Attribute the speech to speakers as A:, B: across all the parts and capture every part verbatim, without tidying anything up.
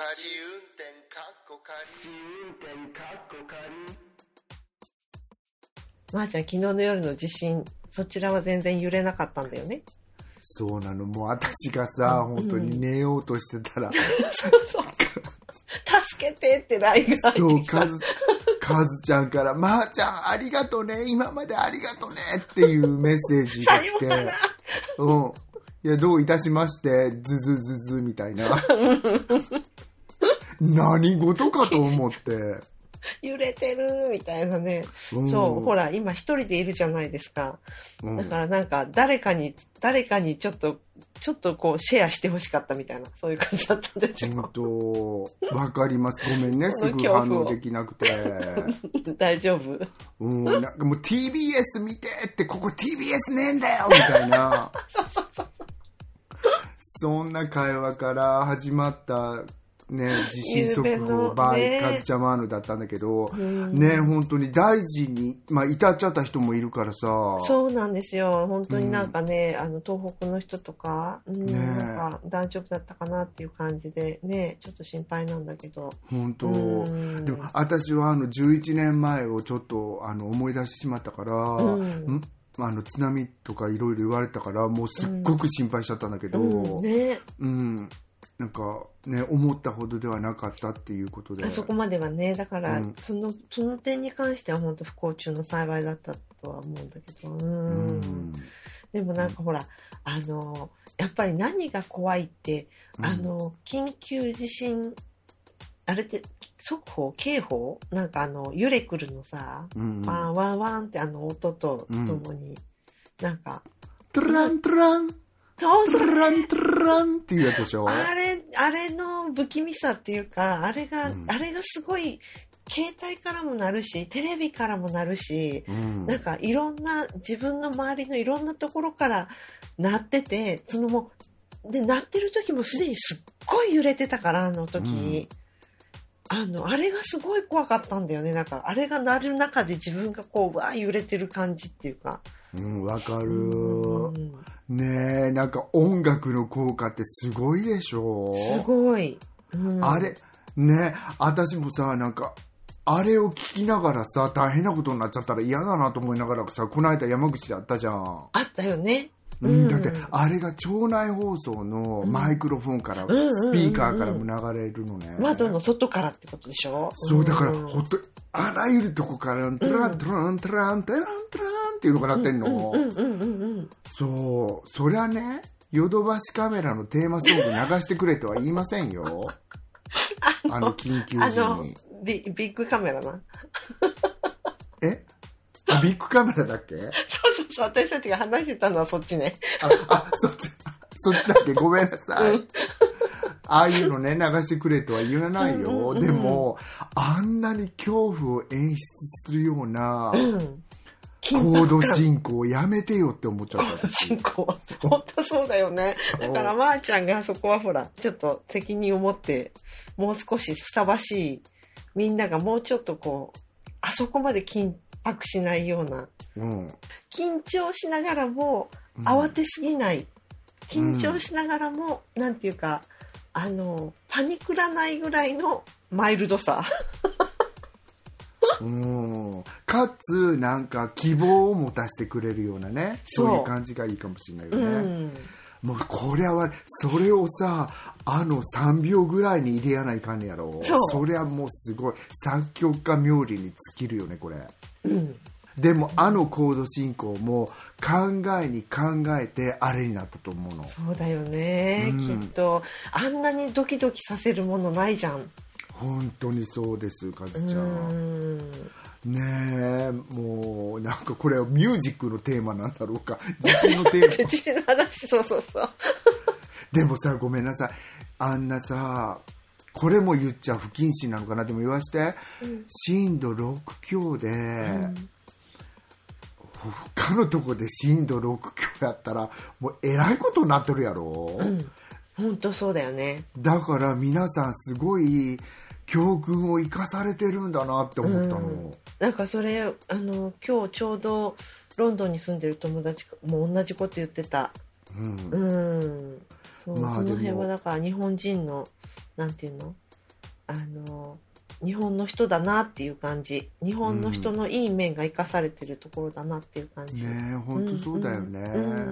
A: 試運転かっこ仮試運転かっこ仮。
B: まー、あ、ちゃん昨日の夜の地震、そちらは全然揺れなかったんだよね。
C: そうなの、もう私がさ、うん、本当に寝ようとしてたら、
B: そうそう助けてって ライン が入ってきた。
C: そう、カズちゃんからまーちゃんありがとね、今までありがとねっていうメッセージが来てうん、いやどういたしましてズズズズみたいな何事かと思って
B: 揺れてるみたいなね、うん、そうほら今一人でいるじゃないですか、うん、だからなんか誰かに誰かにちょっとちょっとこうシェアしてほしかったみたいな、そういう感じだったんですよ。
C: 本当わかります、ごめんねすぐ反応できなくて
B: 大丈夫、
C: うん、なんかもう ティービーエス 見てって、ここ ティービーエス ねえんだよみたいな
B: そうそうそう、
C: そんな会話から始まったね、地震速報バイカズチャマーヌだったんだけど、ね、本当に大事に、まあ、至っちゃった人もいるからさ。
B: そうなんですよ、本当になんかね、うん、あの東北の人とか、うん、ね、なんか大丈夫だったかなっていう感じでね、ちょっと心配なんだけど。
C: 本当、うん、でも私はあのじゅういちねんまえをちょっとあの思い出してしまったから、うん、あの津波とかいろいろ言われたからもうすっごく心配しちゃったんだけど、
B: うんね、
C: うん、なんかね、思ったほどではなかったっていうことで、
B: あそこまではね、だから、うん、そのその点に関しては本当不幸中の幸いだったとは思うんだけど、うん、うん、でもなんかほら、あのやっぱり何が怖いって、うん、あの緊急地震あれって速報警報なんかあの揺れくるのさ、うんうん、ワンワンワンってあの音とともに、うん、なんか
C: トゥラントゥラン
B: そうそう、
C: トゥラントゥランっていうやつでしょ。
B: あれ、あれの不気味さっていうか、あれが、うん、あれがすごい、携帯からもなるし、テレビからもなるし、うん、なんかいろんな、自分の周りのいろんなところから鳴ってて、そのもう、で、鳴ってる時もすでにすっごい揺れてたから、あの時。うん、あの、あれがすごい怖かったんだよね。なんか、あれが鳴る中で自分がこう、わー揺れてる感じっていうか。
C: うん、わかる。うんねえ、なんか音楽の効果ってすごいでしょ。
B: すごい、うん、
C: あれね、私もさ、なんかあれを聞きながらさ、大変なことになっちゃったら嫌だなと思いながらさ、この間山口であったじゃん。
B: あったよね、
C: うん、だってあれが町内放送のマイクロフォンから、うん、スピーカーからも流れるのね、
B: 窓の外からってことでしょ。
C: そうだから、うん、ほっとあらゆるとこからトラントラントラントラントランっていうのが鳴ってんの。そう、そりゃね、ヨドバシカメラのテーマソング流してくれとは言いませんよあの、あの緊急時に
B: ビ, ビッグカメラな
C: えあ、ビッグカメラだっけ。そう
B: そうそう、私たちが話してたのはそっちね。
C: ああ、そっちそっちだっけ、ごめんなさい、うん、ああいうのね流してくれとは言わないよ、うんうんうん、でもあんなに恐怖を演出するような、うん、コード進行やめてよって思っちゃった。コード
B: 進行本当そうだよね。だからまーちゃんがそこはほらちょっと責任を持ってもう少しふさわしい、みんながもうちょっとこうあそこまで緊迫しないような、うん、緊張しながらも慌てすぎない、うん、緊張しながらも、うん、なんていうかあのパニクらないぐらいのマイルドさ
C: うんかつなんか希望を持たせてくれるようなね、そういう感じがいいかもしれないよね、うん、もうこれはそれをさあのさんびょうぐらいに入れやないかんねやろ。 そ, それはもうすごい作曲家冥利に尽きるよねこれ、うん、でもあのコード進行も考えに考えてあれになったと思うの。
B: そうだよね、うん、きっとあんなにドキドキさせるものないじゃん。
C: 本当にそうですカズちゃん。うんねえ、もうなんかこれはミュージックのテーマなんだろうか、地震のテーマ
B: 地震の話、そうそうそう
C: でもさごめんなさい、あんなさこれも言っちゃ不謹慎なのかな、でも言わして、うん、震度ろく強で、うん、他のとこで震度ろく強やったらもうえらいことになってるやろ、うん、
B: 本当そうだよね。
C: だから皆さんすごい教訓を生かされてるんだなって思ったの、うん、
B: なんかそれあの今日ちょうどロンドンに住んでる友達も同じこと言ってた、うんうん、そう、まあ、その辺はだから日本人のなんていうのあの日本の人だなっていう感じ、日本の人のいい面が生かされてるところだなっていう感じ、
C: ねえ本当そうだよね、
B: うんうん、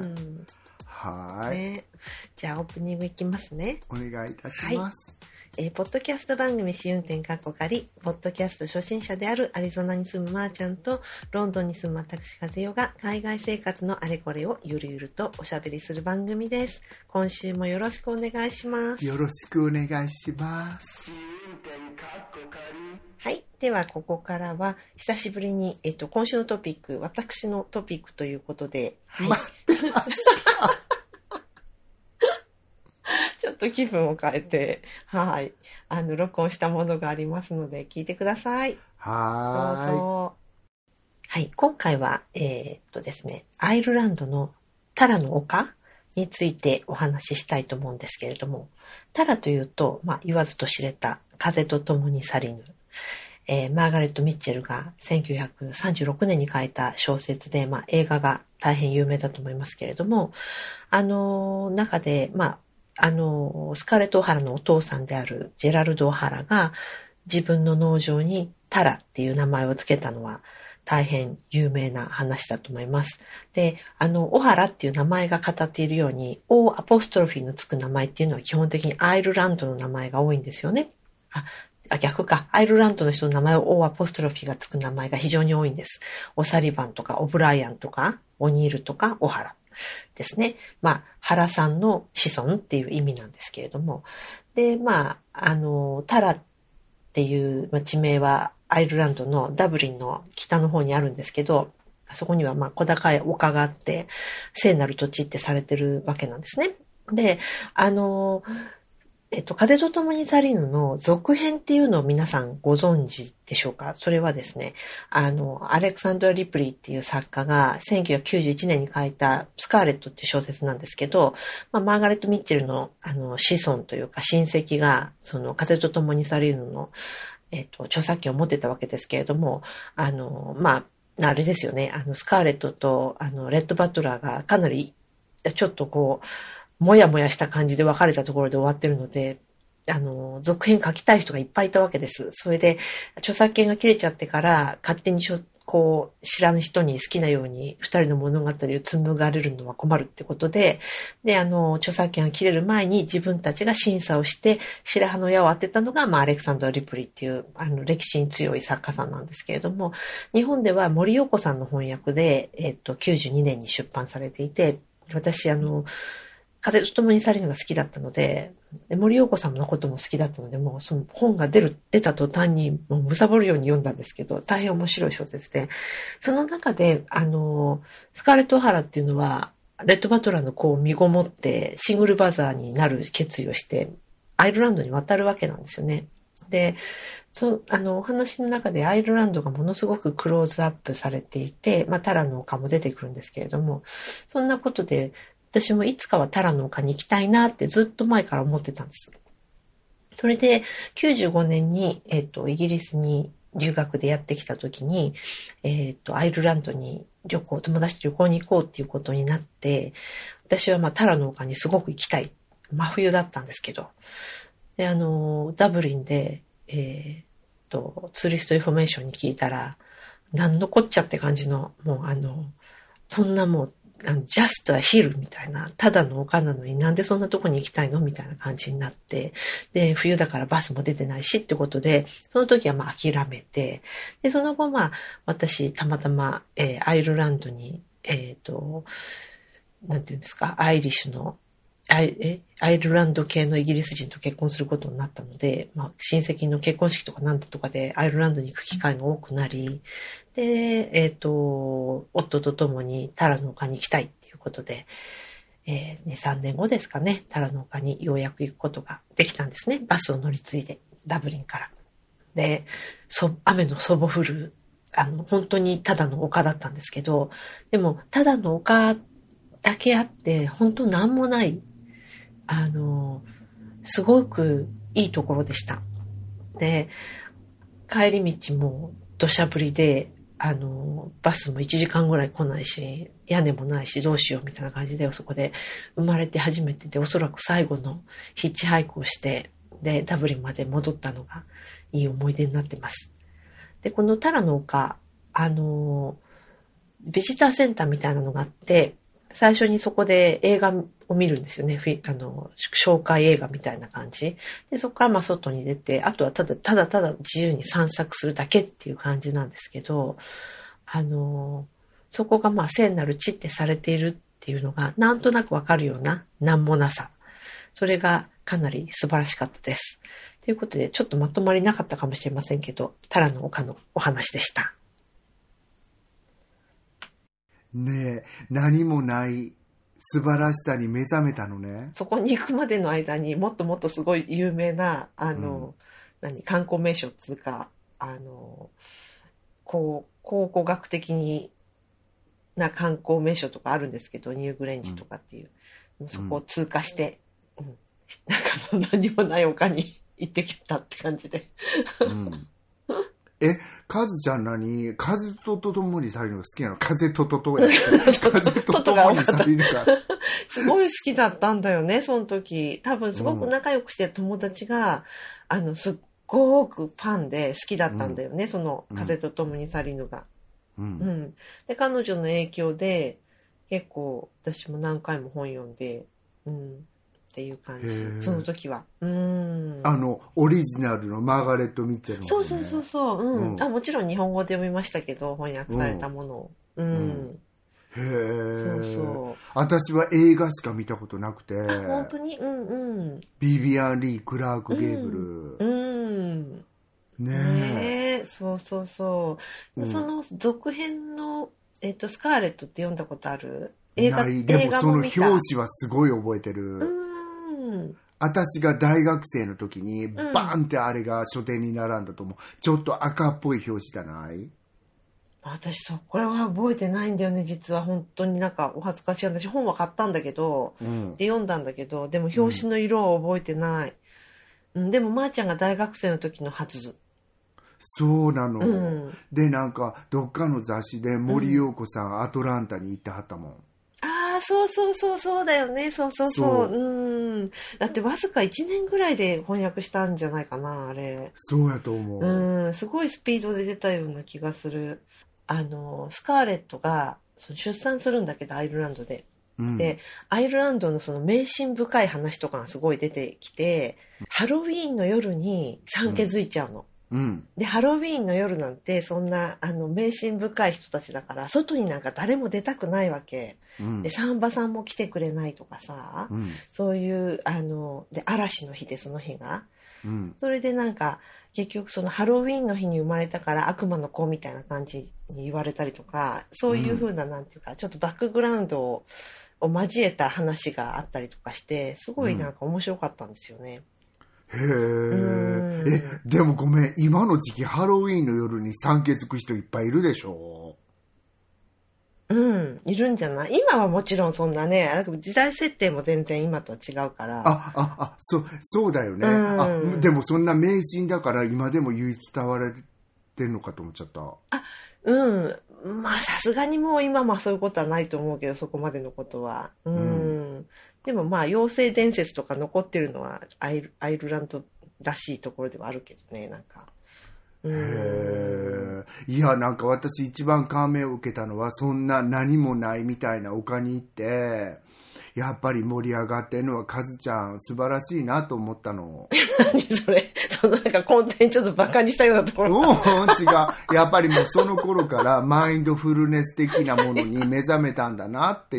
C: はい、
B: ね、じゃあオープニングいきますね。
C: お願いいたします、
B: はい、えー、ポッドキャスト番組試運転かっこ仮、ポッドキャスト初心者であるアリゾナに住むまーちゃんとロンドンに住む私和代が海外生活のあれこれをゆるゆるとおしゃべりする番組です。今週もよろしくお願いします。
C: よろしくお願いします。
B: はい、ではここからは久しぶりに、えっと、今週のトピック、私のトピックということで、はい、
C: 待ってました
B: ちょっと気分を変えて、はい、あの録音したものがありますので聞いてください。
C: はい、
B: どうぞ。はい、今回は、えー、っとですね、アイルランドのタラの丘についてお話ししたいと思うんですけれども、タラというと、まあ、言わずと知れた風と共に去りぬ、えー、マーガレット・ミッチェルがせんきゅうひゃくさんじゅうろくねんに書いた小説で、まあ、映画が大変有名だと思いますけれども、あのー、中で、まあ、あのー、スカーレット・オハラのお父さんであるジェラルド・オハラが自分の農場にタラっていう名前を付けたのは大変有名な話だと思います。で、あの、オハラっていう名前が語っているように、O アポストロフィーのつく名前っていうのは基本的にアイルランドの名前が多いんですよね。あ、あ逆か。アイルランドの人の名前を O アポストロフィーがつく名前が非常に多いんです。オサリバンとかオブライアンとかオニールとかオハラですね。まあ、原さんの子孫っていう意味なんですけれども。で、まあ、あの、タラっていう地名はアイルランドのダブリンの北の方にあるんですけど、そこにはまあ小高い丘があって、聖なる土地ってされてるわけなんですね。で、あの、えっと、風と共に去りぬの続編っていうのを皆さんご存知でしょうか？それはですね、あの、アレクサンドラ・リプリーっていう作家がせんきゅうひゃくきゅうじゅういちねんに書いたスカーレットっていう小説なんですけど、まあ、マーガレット・ミッチェルの、あの、子孫というか親戚が、その風と共に去りぬの、えっと、著作権を持ってたわけですけれども、あの、まあ、あれですよね、あの、スカーレットと、あの、レッドバトラーがかなり、ちょっとこう、もやもやした感じで別れたところで終わってるので、あの、続編書きたい人がいっぱいいたわけです。それで、著作権が切れちゃってから、勝手にしょこう、知らぬ人に好きなように二人の物語を紡がれるのは困るってことで、で、あの、著作権が切れる前に自分たちが審査をして、白羽の矢を当てたのが、まあ、アレクサンドラ・リプリーっていう、あの、歴史に強い作家さんなんですけれども、日本では森陽子さんの翻訳で、えっと、きゅうじゅうにねんに出版されていて、私、あの、風と共に去りぬが好きだったので、で森陽子さんのことも好きだったので、もうその本が出る、出た途端にもう貪るように読んだんですけど、大変面白い小説で、その中で、あの、スカーレット・オハラっていうのは、レッドバトラーの子を身ごもってシングルバザーになる決意をして、アイルランドに渡るわけなんですよね。で、そあの、お話の中でアイルランドがものすごくクローズアップされていて、まあ、タラの丘も出てくるんですけれども、そんなことで、私もいつかはタラの丘に行きたいなってずっと前から思ってたんです。それできゅうじゅうごねんに、えっと、イギリスに留学でやってきた時に、えっと、アイルランドに旅行、友達と旅行に行こうっていうことになって、私はまあタラの丘にすごく行きたい。真冬だったんですけど。で、あの、ダブリンで、えっと、ツーリストインフォメーションに聞いたら、なんのこっちゃって感じの、もうあの、そんなもう、ジャストはヒルみたいな、ただの丘なのになんでそんなとこに行きたいのみたいな感じになって、で、冬だからバスも出てないしってことで、その時はまあ諦めて、で、その後まあ、私たまたま、えー、アイルランドに、えっと、なんていうんですか、アイリッシュの、アイ、え、アイルランド系のイギリス人と結婚することになったので、まあ、親戚の結婚式とかなんだとかでアイルランドに行く機会が多くなり、で、えっと、夫と共にタラの丘に行きたいっていうことで、えー、に、さんねんごですかね、タラの丘にようやく行くことができたんですね。バスを乗り継いで、ダブリンから。で、そ、雨のそぼ降る、あの、本当にただの丘だったんですけど、でも、ただの丘だけあって、本当なんもない、あの、すごくいいところでした。で、帰り道も土砂降りで、あの、バスもいちじかんぐらい来ないし、屋根もないし、どうしようみたいな感じで、そこで生まれて初めてで、おそらく最後のヒッチハイクをして、 でダブリンまで戻ったのがいい思い出になってます。で、このタラの丘、あの、ビジターセンターみたいなのがあって、最初にそこで映画を見るんですよね。あの、紹介映画みたいな感じ。で、そこからまあ外に出て、あとはただただただ自由に散策するだけっていう感じなんですけど、あの、そこがまあ聖なる地ってされているっていうのがなんとなくわかるようななんもなさ。それがかなり素晴らしかったです。ということで、ちょっとまとまりなかったかもしれませんけど、タラの丘のお話でした。
C: ねえ、何もない素晴らしさに目覚めたのね。
B: そこに行くまでの間にもっともっとすごい有名なあの、うん、何観光名所っつうか、あのこう考古学的にな観光名所とかあるんですけど、ニューグレンジとかっていう、うん、そこを通過して、うん、なんか何もない丘に行ってきたって感じで。うん
C: え、カズちゃん何風ととともにされるのが好きなの？風とととや風とともにされるか
B: すごい好きだったんだよね、その時。多分すごく仲良くしてる友達が、うん、あの、すっごくファンで好きだったんだよね、うん、その風とともにされるが。うんうん。で、彼女の影響で、結構私も何回も本読んで、うん。っていう感じ。その時は。うん。
C: あの、オリジナルのマーガレット・ミッチェルの、ね。
B: そうそうそうそう、うん。うん。あ、もちろん日本語で読みましたけど、翻訳されたものを。うん。うん、
C: へえ。そうそう。私は映画しか見たことなくて。
B: あ、本当に？うんうん。
C: ビビアン・リー・クラーク・ゲーブル。
B: うん。うん、ねえ。ねえ、そうそうそう。うん、その続編の、えっと、スカーレットって読んだことある？映画、
C: ないでもその表紙はすごい覚えてる。うん。私が大学生の時にバーンってあれが書店に並んだと思う、うん、ちょっと赤っぽい表紙じゃない？
B: 私そうこれは覚えてないんだよね、実は。本当になんかお恥ずかしい。私本は買ったんだけど、うん、で読んだんだけど、でも表紙の色は覚えてない、うん、でもまーちゃんが大学生の時のはず。
C: そうなの、うん、でなんかどっかの雑誌で森陽子さん、うん、アトランタに行ってはったもん。
B: ああ、そうそうそうそうだよね。そうそうそう。そううん。だってわずかいちねんぐらいで翻訳したんじゃないかな、あれ。
C: そうやと思う。
B: うん。すごいスピードで出たような気がする。あの、スカーレットがその出産するんだけど、アイルランドで。うん、で、アイルランドのその迷信深い話とかがすごい出てきて、ハロウィーンの夜に産気づいちゃうの。うんうん、でハロウィーンの夜なんてそんなあの迷信深い人たちだから外になんか誰も出たくないわけ、うん、でサンバさんも来てくれないとかさ、うん、そういうあので嵐の日でその日が、うん、それでなんか結局そのハロウィーンの日に生まれたから悪魔の子みたいな感じに言われたりとか、そういう風な、なんていうかちょっとバックグラウンドを、を交えた話があったりとかしてすごいなんか面白かったんですよね。
C: へえ。え、でもごめん、今の時期ハロウィーンの夜に産気づく人いっぱいいるでしょ？
B: うん、いるんじゃない？今はもちろんそんなね、時代設定も全然今とは違うから。
C: あ、あ、あ、そう、そうだよね。あ、でもそんな迷信だから今でも唯一伝われてんのかと思っちゃった。
B: あ、うん。まあさすがにもう今はそういうことはないと思うけど、そこまでのことは。うん。うんでもまあ妖精伝説とか残ってるのはアイル、アイルランドらしいところではあるけどね、なんか。
C: へえ。いやなんか私一番感銘を受けたのはそんな何もないみたいな丘に行ってやっぱり盛り上がってるのはカズちゃん素晴らしいなと思ったの。
B: 何それ？そのなんか根底にちょっとバカにしたようなところ。
C: うん、違う。やっぱりもうその頃からマインドフルネス的なものに目覚めたんだなっていう。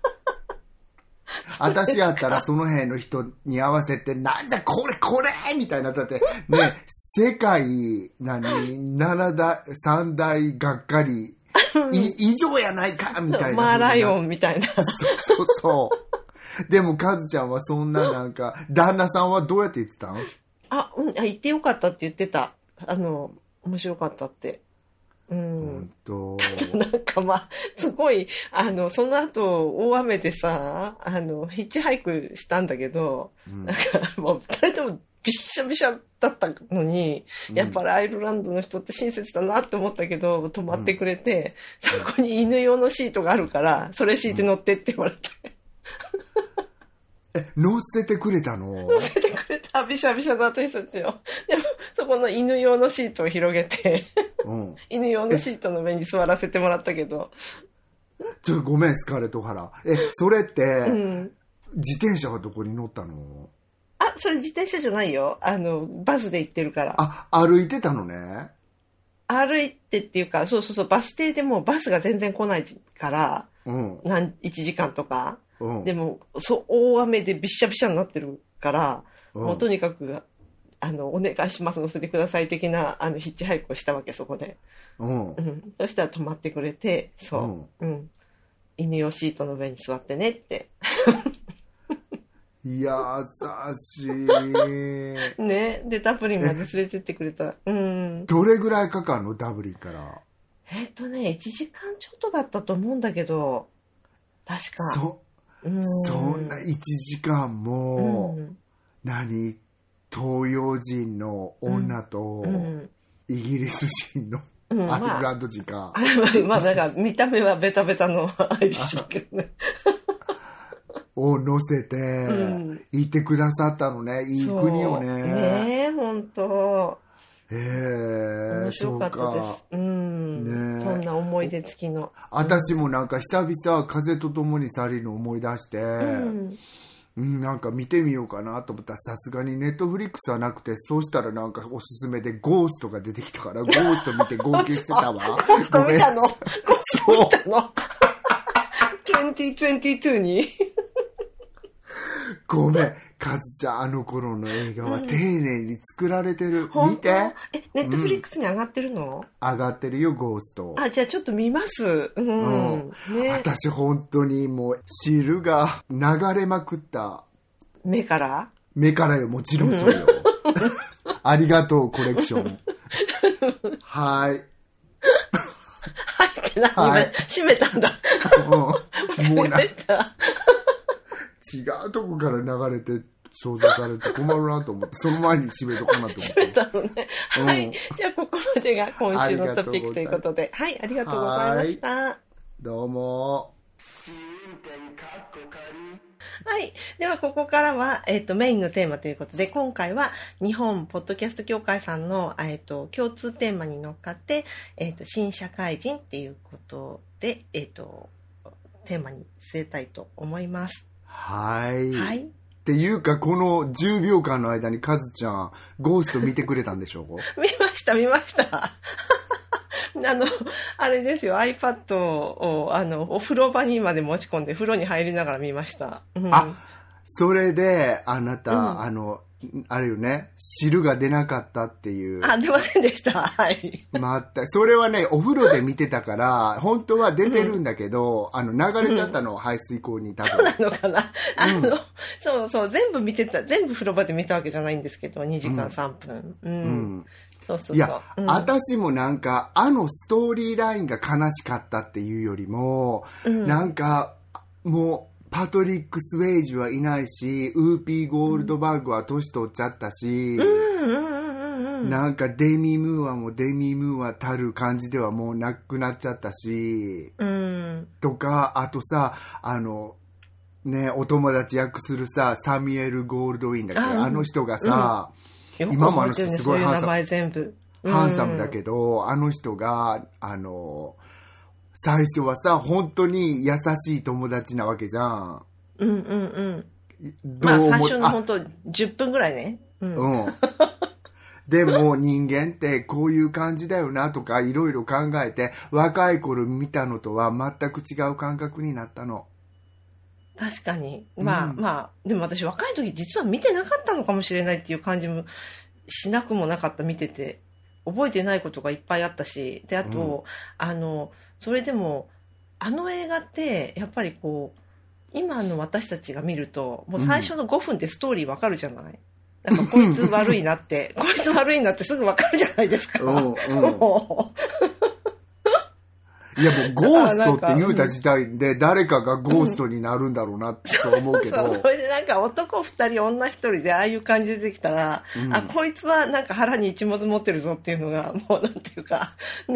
C: 私やったらその辺の人に合わせてなんじゃこれこれみたいな、だってね世界何七大三大がっかり以上やないかみたいな
B: マーライオンみたいな。
C: そうそうそうでもカズちゃんはそんななんか旦那さんはどうやって言ってたん？
B: あ、うん、あ言ってよかったって言ってた。あの面白かったって。うん、となんかまあすごいあのその後大雨でさあのヒッチハイクしたんだけど、うん、なんかもうふたりともびっしゃびしゃだったのに、うん、やっぱりアイルランドの人って親切だなって思ったけど泊まってくれて、うん、そこに犬用のシートがあるからそれ敷いて乗ってって言われて、
C: え、乗せてくれたの？
B: 乗せてくれた、びしゃびしゃの私たちを。でも、そこの犬用のシートを広げて、うん、犬用のシートの上に座らせてもらったけど。
C: ちょっとごめん、スカーレット・オハラ。え、それって、うん、自転車はどこに乗ったの？
B: あ、それ自転車じゃないよ。あの、バスで行ってるから。
C: あ、歩いてたのね。
B: 歩いてっていうか、そうそうそう、バス停でもうバスが全然来ないから、うん、なんいちじかんとか。うん、でもそう大雨でびっしゃびしゃになってるから、うん、もうとにかくあのお願いします乗せてください的なあのヒッチハイクをしたわけそこで、うんうん、そしたら止まってくれてそう、うんうん、犬用シートの上に座ってねって
C: 優しい
B: ねでダブリンまで連れてってくれた、うん、
C: どれぐらいかかるのダブリンから？
B: えっとねいちじかんちょっとだったと思うんだけど確か
C: そうん、そんないちじかんも、うん、何東洋人の女と、うん、イギリス人の、うん、アイルランド人か、
B: まあなんか見た目はベタベタのアイリッシュだけどね
C: を乗せて、うん、行ってくださったのね。いい国よね。
B: ねえ本当
C: えー、
B: 面白かったです。うん、ね、そんな思い出付きの。
C: 私もなんか久々風と共に去りの思い出して、うんうん、なんか見てみようかなと思ったらさすがにネットフリックスはなくて、そうしたらなんかおすすめでゴーストが出てきたからゴースト見て号泣してたわ。
B: ゴースト見たの？ゴースト見たの？にせんにじゅうにに
C: ごめん、カズちゃん、あの頃の映画は丁寧に作られてる。うん、見て。
B: え、ネットフリックスに上がってるの？
C: うん、上がってるよ、ゴースト。
B: あ、じゃあちょっと見ます。うん。うん
C: ね、私本当にもう汁が流れまくった。
B: 目から？
C: 目からよ、もちろんそうよ。ありがとう、コレクション。はい。
B: はいって何、はい、閉めたんだ。うん、もうな。
C: 違うとこから流れて想像されて困るなと思って、その前に締めとかなと思って。
B: 締めたのね。うん、はい。じゃあここまでが今週のトピックということで、はい、ありがとうございました。
C: どうも。
B: はい。では、ここからは、えっと、メインのテーマということで、今回は、日本ポッドキャスト協会さんの、えっと、共通テーマに乗っかって、えっと、新社会人っていうことで、えっと、テーマに据えたいと思います。
C: はい。はい。っていうか、このじゅうびょうかんの間にカズちゃん、ゴースト見てくれたんでしょう
B: 見ました、見ました。あの、あれですよ、iPad を、あの、お風呂場にまで持ち込んで、風呂に入りながら見ました。うん、
C: あ、それで、あなた、うん、あの、あれよね、汁が出なかったっていう。
B: あ、出ませんでした。はい。
C: また、それはね、お風呂で見てたから、本当は出てるんだけど、うん、あの、流れちゃったの、うん、排水口に多分。
B: そうなのかな。あの、うん、そうそう、全部見てた、全部風呂場で見たわけじゃないんですけど、にじかんさんぷん。うん。うん、そうそうそう。
C: いや、うん、私もなんか、あのストーリーラインが悲しかったっていうよりも、うん、なんか、もう、パトリック・スウェイジはいないし、ウーピー・ゴールドバーグは年取っちゃったし、なんかデミ・ムーアもデミ・ムーアたる感じではもうなくなっちゃったし、うん、とか、あとさ、あの、ね、お友達役するさ、サミュエル・ゴールドウィンだっけ、あ, あの人がさ、うん、今もあの人すごいハンサム、
B: 全部
C: ハンサムだけど、あの人が、あの、最初はさ、本当に優しい友達なわけじゃん。
B: うんうんうん。どう思まあ最初の本当じゅっぷんぐらいね。うん。うん、
C: でも人間ってこういう感じだよなとかいろいろ考えて、若い頃見たのとは全く違う感覚になったの。
B: 確かに。まあ、うん、まあ、でも私若い時実は見てなかったのかもしれないっていう感じもしなくもなかった、見てて。覚えてないことがいっぱいあったし、で、あと、うん、あの、それでも、あの映画って、やっぱりこう、今の私たちが見ると、もう最初のごふんでストーリーわかるじゃない、うん、なんかこいつ悪いなって、こいつ悪いなってすぐわかるじゃないですか。うんうん、
C: いやもうゴーストって言うた時代で誰かがゴーストになるんだろうなと思うけど、
B: そうそう、それでなんか男二人女一人でああいう感じで出てきたら、うん、あこいつはなんか腹に一物持ってるぞっていうのがもうなんていうかね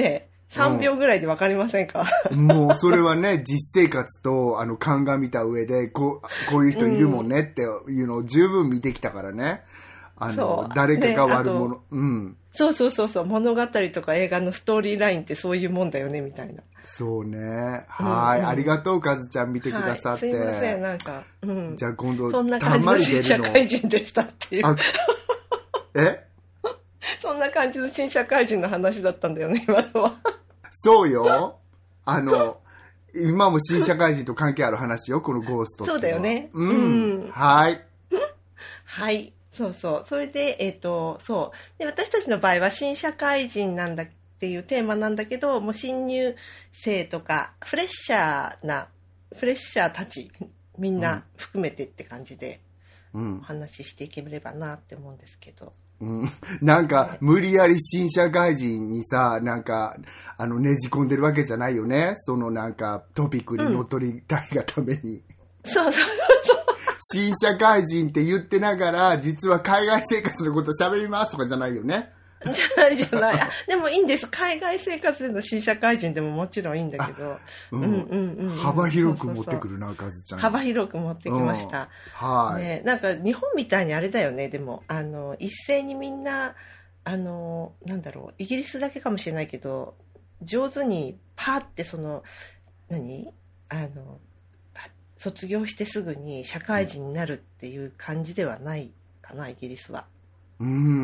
B: さんびょうぐらいで分かりませんか？
C: もうそれはね、実生活とあの鑑みた上でこう、こういう人いるもんねっていうのを十分見てきたからね。あの誰かが悪者、ね、うん、
B: そうそうそうそう、物語とか映画のストーリーラインってそういうもんだよねみたいな。
C: そうね、はい、うんうん、ありがとうカズちゃん見てくださって、はい、すい
B: ませんなんか、うん、
C: じゃあ今度
B: そんな感じの新社会人でしたっていう。
C: え
B: そんな感じの新社会人の話だったんだよね今のは。
C: そうよ、あの今も新社会人と関係ある話よこのゴーストって。
B: そうだよね、
C: うん、うん、はい
B: はいそうそう。それで、えっと、そう。で、私たちの場合は新社会人なんだっていうテーマなんだけど、もう新入生とか、フレッシャーな、フレッシャーたち、みんな含めてって感じで、お話ししていければなって思うんですけど。
C: うん、なんか、無理やり新社会人にさ、なんか、あの、ねじ込んでるわけじゃないよね。そのなんか、トピックに乗っ取りたいがために。
B: うん、そうそうそう。
C: 新社会人って言ってながら実は海外生活のこと喋りますとかじゃないよね。
B: じゃないじゃない。でもいいんです。海外生活での新社会人でももちろんいいんだけど、うんうんうんうん、
C: 幅広く持ってくるなカズちゃん。
B: 幅広く持ってきました。
C: うん、はい、
B: ね。なんか日本みたいにあれだよね。でもあの一斉にみんなあのなんだろう、イギリスだけかもしれないけど上手にパーってその何あの卒業してすぐに社会人になるっていう感じではないかな、イギリスは。
C: うん、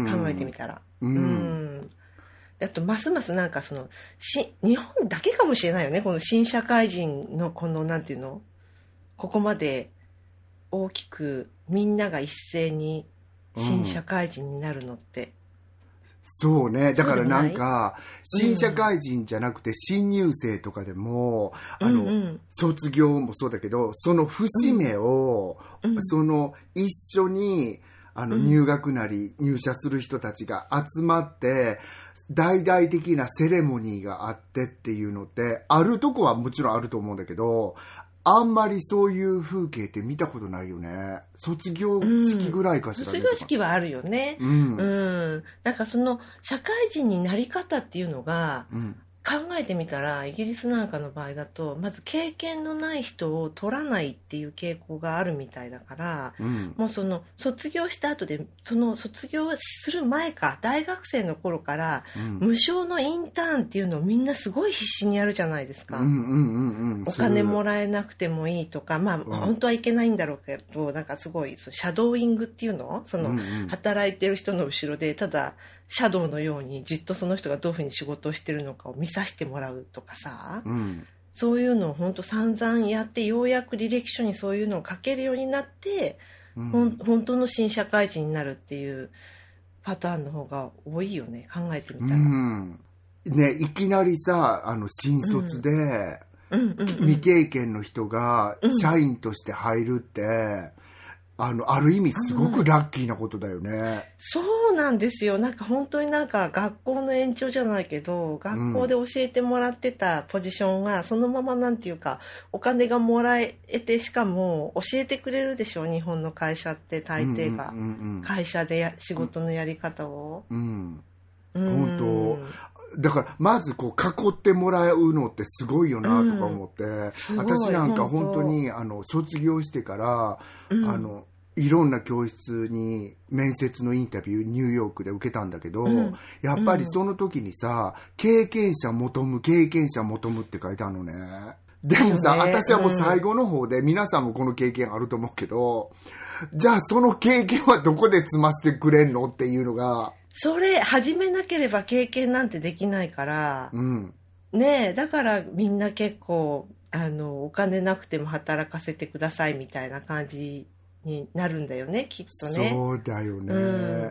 B: 考えてみたら。
C: うん。
B: うんあと、ますますなんかその、し、日本だけかもしれないよね。この新社会人のこの、なんていうの？ここまで大きくみんなが一斉に新社会人になるのって。うん、
C: そうね。だからなんか、新社会人じゃなくて新入生とかでも、うん、あの、うんうん、卒業もそうだけど、その節目を、うん、その一緒に、あの、入学なり入社する人たちが集まって、大々的なセレモニーがあってっていうのって、あるとこはもちろんあると思うんだけど、あんまりそういう風景って見たことないよね。卒業式ぐらいかしら、
B: ね、うん、卒業式はあるよね。うん。うん。なんかその社会人になり方っていうのが、うん、考えてみたらイギリスなんかの場合だとまず経験のない人を取らないっていう傾向があるみたいだから、うん、もうその卒業した後でその卒業する前か大学生の頃から、うん、無償のインターンっていうのをみんなすごい必死にやるじゃないですか、うんうんうんうん、お金もらえなくてもいいとか、まあ、うん、本当はいけないんだろうけどなんかすごいシャドーイングっていうのその、うんうん、働いてる人の後ろでただシャドウのようにじっとその人がどういうふうに仕事をしてるのかを見させてもらうとかさ、うん、そういうのを本当散々やってようやく履歴書にそういうのを書けるようになって、うん、ほん本当の新社会人になるっていうパターンの方が多いよね考えてみたら、うん
C: ね、いきなりさあの新卒で、うんうんうんうん、未経験の人が社員として入るって、うんあの、ある意味すごくラッキーなことだよね、うん、
B: そうなんですよ。なんか本当になんか学校の延長じゃないけど学校で教えてもらってたポジションはそのままなんていうかお金がもらえてしかも教えてくれるでしょ日本の会社って大抵が、うんうんうんうん、会社でや仕事のやり方を、うん
C: うん、本当だからまずこう囲ってもらうのってすごいよなとか思って、うん、私なんか本当にあの卒業してから、うん、あのいろんな教室に面接のインタビューニューヨークで受けたんだけど、うん、やっぱりその時にさ経験者求む経験者求むって書いてあるのね。でもさ、ね、私はもう最後の方で、うん、皆さんもこの経験あると思うけどじゃあその経験はどこで積ませてくれんのっていうのが
B: それ始めなければ経験なんてできないから、うん、ねえだからみんな結構あのお金なくても働かせてくださいみたいな感じになるんだよねきっとね。
C: そうだよね、うん、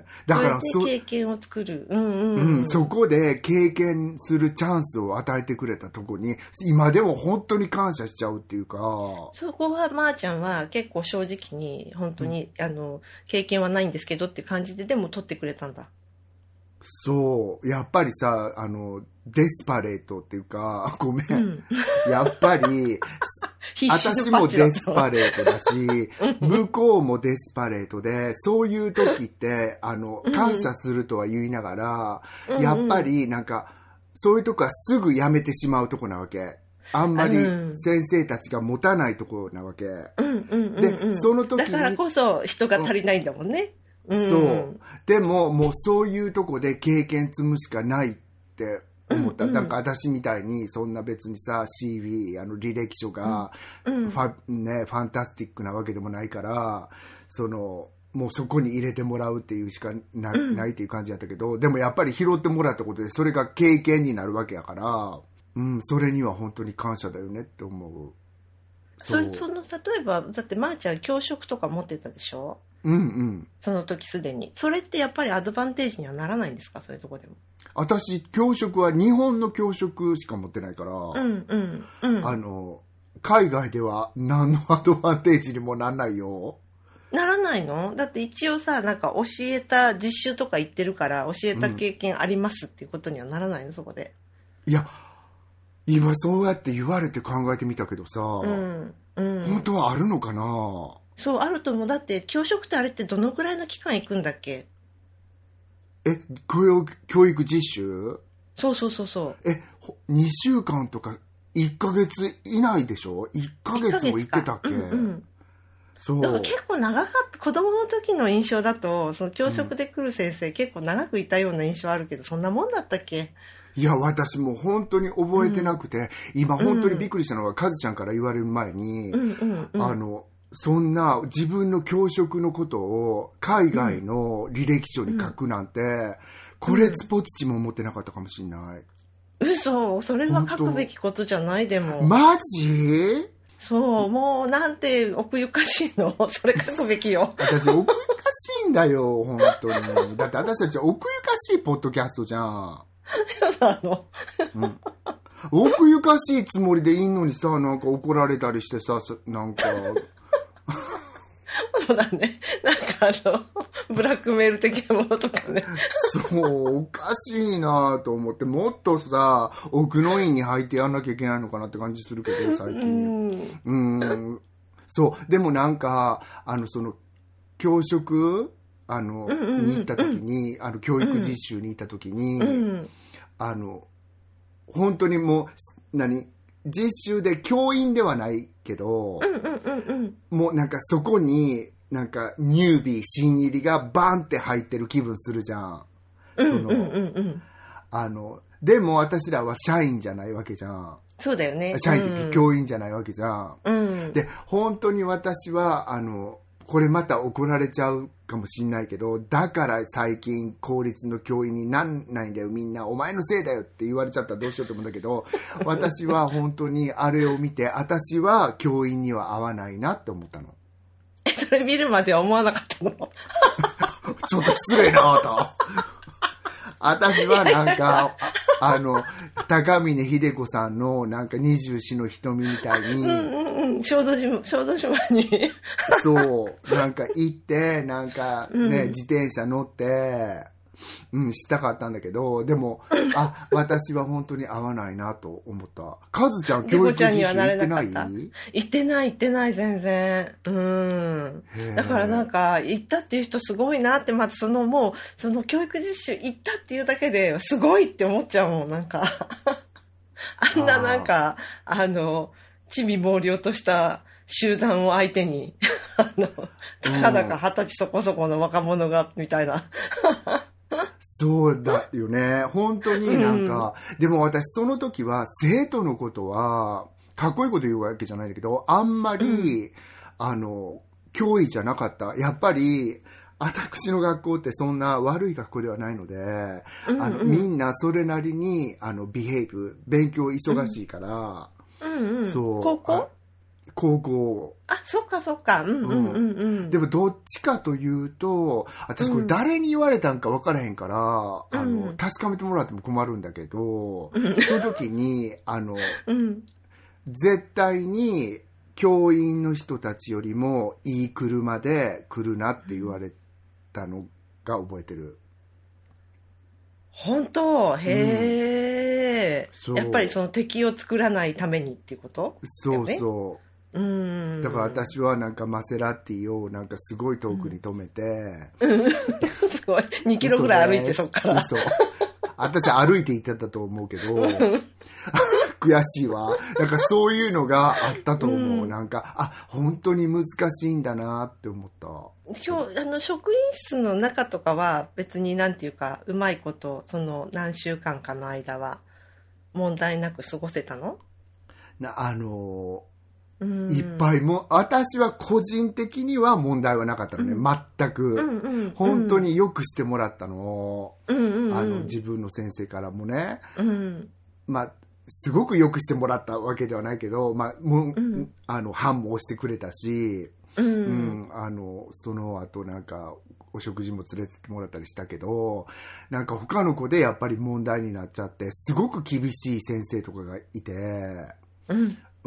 B: だからそ経験を作る、うんうんうん
C: うん、そこで経験するチャンスを与えてくれたとこに今でも本当に感謝しちゃうっていうか
B: そこはまーちゃんは結構正直に本当に、うん、あの経験はないんですけどって感じででも取ってくれたんだ。
C: そうやっぱりさあのデスパレートっていうかごめん、うん、やっぱり私もデスパレートだし向こうもデスパレートでそういう時ってあの感謝するとは言いながら、うん、やっぱりなんかそういうとこはすぐ辞めてしまうとこなわけ。あんまり先生たちが持たないとこなわけ。うん
B: うんうんうん、
C: で、その時に。
B: だからこそ人が足りないんだもんね。
C: うん、そう。でも、もうそういうとこで経験積むしかないって思った。うんうん、なんか私みたいに、そんな別にさ、シービー、あの履歴書がファ、うん、ね、ファンタスティックなわけでもないから、その、もうそこに入れてもらうっていうしか な,、うん、ないっていう感じだったけど、でもやっぱり拾ってもらったことで、それが経験になるわけやから、うん、それには本当に感謝だよねって思う。
B: それ、その、例えば、だってまーちゃん教職とか持ってたでしょ？
C: うんうん。
B: その時すでに。それってやっぱりアドバンテージにはならないんですか？そういうとこでも。
C: 私、教職は日本の教職しか持ってないから、
B: うんうんうん。
C: あの、海外では何のアドバンテージにもなんないよ。
B: ならないの？だって一応さ、なんか教えた実習とか行ってるから教えた経験ありますっていうことにはならないの、うん、そこで。
C: いや、今そうやって言われて考えてみたけどさ、うんうん、本当はあるのかな？
B: そう、あると思う。だって教職ってあれってどのくらいの期間行くんだっけ？
C: え、教育、教育実習？
B: そうそうそうそう。
C: え、にしゅうかんとかいっかげつ以内でしょ？ いっ ヶ月も行ってたっけ？うんうん、
B: そう。だから結構長かった。子供の時の印象だと、その教職で来る先生、うん、結構長くいたような印象あるけど、そんなもんだったっけ？
C: いや、私もう本当に覚えてなくて、うん、今本当にびっくりしたのが、カズちゃんから言われる前に、うんうんうん、あの、そんな自分の教職のことを海外の履歴書に書くなんて、うん、これつぽつちも思ってなかったかもしれない。
B: 嘘？それは書くべきことじゃないでも。
C: マジ？
B: そう、もうなんて奥ゆかしいの？それ書くべきよ。
C: 私奥ゆかしいんだよ、本当に。だって私たち奥ゆかしいポッドキャストじゃん。
B: あの、
C: うん、奥ゆかしいつもりでいいのにさ、なんか怒られたりしてさ、なんか
B: そうだね、なんかあのブラックメール的なものとかね。
C: そうおかしいなと思って、もっとさ奥の院に入ってやんなきゃいけないのかなって感じするけど最近。うん、うんそうでもなんかあのその教職あの、うんうんうん、に行った時に、あの教育実習に行った時に、うん、あの本当にもう何実習で教員ではないけど、うんうんうんうん、もうなんかそこになんかニュービー新入りがバンって入ってる気分するじゃん。その、うんうんうん、あのでも私らは社員じゃないわけじゃん。
B: そうだよね。
C: 社員って教員じゃないわけじゃん。うん、で本当に私はあのこれまた怒られちゃうかもしんないけど、だから最近公立の教員になんないんだよみんな、お前のせいだよって言われちゃったらどうしようと思うんだけど私は本当にあれを見て、私は教員には合わないなって思ったの。
B: それ見るまでは思わなかったの？
C: ちょっと失礼なと私はなんかあの高峰秀子さんのなんか二十四の瞳みたいに、うん
B: うんうん、小豆島小豆島に
C: そうなんか行ってなんかね、うん、自転車乗ってうんしたかったんだけど、でもあ私は本当に合わないなと思った。カズちゃん教育実習行ってない？
B: 行ってない行ってない全然。うんだからなんか行ったっていう人すごいなって、まずそのもうその教育実習行ったっていうだけですごいって思っちゃうもん。なんかあんななんかあの地味猛量とした集団を相手にあのたかだか二十歳そこそこの若者がみたいな
C: そうだよね本当になんか、うん、でも私その時は生徒のことはかっこいいこと言うわけじゃないんだけど、あんまり、うん、あの脅威じゃなかった。やっぱり私の学校ってそんな悪い学校ではないので、うんうん、あのみんなそれなりにあのビヘイブ勉強忙しいから、
B: うんうん、
C: そう
B: 高校
C: 高校
B: あそっかそっか、うんうんうんうん、
C: でもどっちかというと私これ誰に言われたんか分からへんから、うん、あの確かめてもらっても困るんだけど、うん、その時にあの、うん、絶対に教員の人たちよりもいい車で来るなって言われたのが覚えてる。
B: 本当？へー、うん、やっぱりその敵を作らないためにっていうこと？
C: そうそう、うん、だから私はなんかマセラティをなんかすごい遠くに止めて、
B: うん、すごいにキロぐらい歩いてそっから
C: そう私歩いて行ってたと思うけど悔しいわ。なんかそういうのがあったと思う、うん、なんかあ本当に難しいんだなって思った。
B: 今日あの職員室の中とかは別になんていうかうまいことその何週間かの間は問題なく過ごせたの？
C: なあのいっぱいも私は個人的には問題はなかったのね、うん、全く、うんうん、本当によくしてもらったの、うんうんうん、あの自分の先生からもね、うん、まあすごくよくしてもらったわけではないけど、まあもう、うん、あの判もしてくれたし、うんうん、あのその後なんかお食事も連れてってもらったりしたけど、なんか他の子でやっぱり問題になっちゃってすごく厳しい先生とかがいて、うんうん、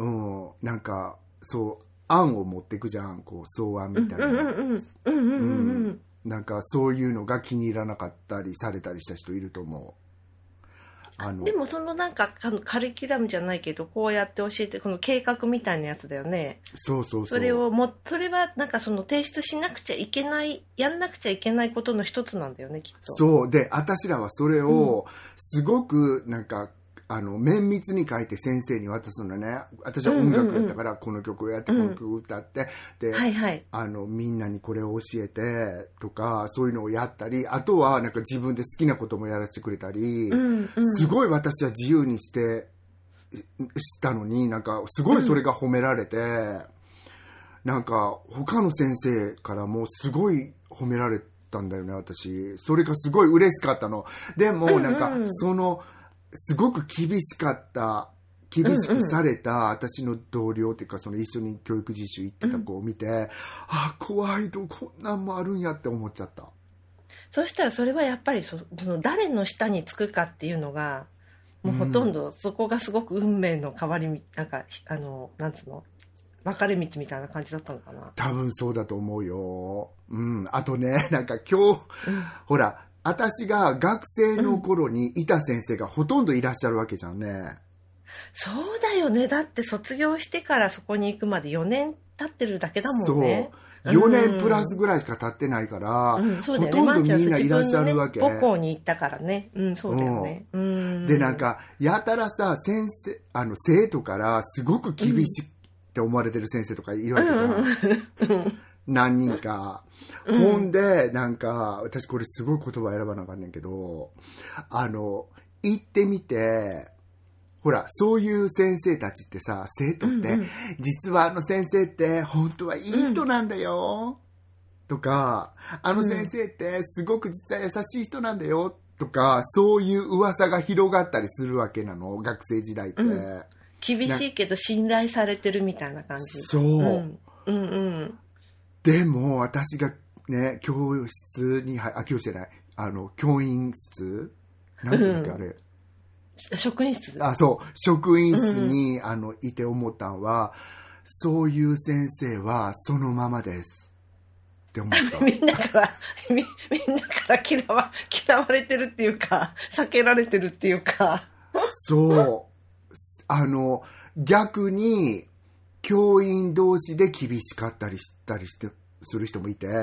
C: なんかそう案を持ってくじゃん、こう草案みたいな、なんかそういうのが気に入らなかったりされたりした人いると思う。あので
B: もそのなんかカリキュラムじゃないけどこうやって教えてこの計画みたいなやつだよね。
C: そうそうそう。
B: それをもそれはなんかその提出しなくちゃいけないやんなくちゃいけないことの一つなんだよねきっと。
C: そうで私らはそれをすごくなんかあの綿密に書いて先生に渡すのね。私は音楽やったからこの曲をやってこの曲を歌って、うん、で、はいはい、あのみんなにこれを教えてとかそういうのをやったり、あとはなんか自分で好きなこともやらせてくれたり、うんうん、すごい私は自由にして知ったのになんかすごいそれが褒められて、うん、なんか他の先生からもすごい褒められたんだよね私。それがすごい嬉しかったの。でもなんかそのすごく厳しかった厳しくされた私の同僚っていうかその一緒に教育実習行ってた子を見て、うん、あ怖いとこんなんもあるんやって思っちゃった。
B: そしたらそれはやっぱり そ, その誰の下につくかっていうのがもうほとんどそこがすごく運命の変わりなんかあのなんつうの分かれ道みたいな感じだったのかな。
C: 多分そうだと思うよ、うん、あとねなんか今日、うん、ほら私が学生の頃にいた先生がほとんどいらっしゃるわけじゃんね、うん、
B: そうだよね。だって卒業してからそこに行くまでよねん経ってるだけだもんね。
C: そうよねんプラスぐらいしか経ってないから、うんそうだよね、ほとんどみんないらっしゃるわけ、
B: ね、母校に行ったからね、うん、そうだよね、うん、
C: でなんかやたらさ先生あの生徒からすごく厳しいって思われてる先生とかいるわけじゃん、うんうん何人か、うん、ほんでなんか私これすごい言葉選ばなあかんねんけどあの行ってみてほらそういう先生たちってさ生徒って、うんうん、実はあの先生って本当はいい人なんだよ、うん、とかあの先生ってすごく実は優しい人なんだよとかそういう噂が広がったりするわけなの学生時代って、うん、
B: 厳しいけど信頼されてるみたいな感じ。
C: そう、うん、
B: うんうん
C: でも私がね教室にあ教室じゃないあの教員室なんていうかあれ、うん、
B: 職員室
C: あそう職員室に、うん、あのいて思ったんはそういう先生はそのままですって思った
B: みんなからみ, みんなから嫌わ嫌われてるっていうか避けられてるっていうか
C: そうあの逆に教員同士で厳しかったりしたりしてする人もいて、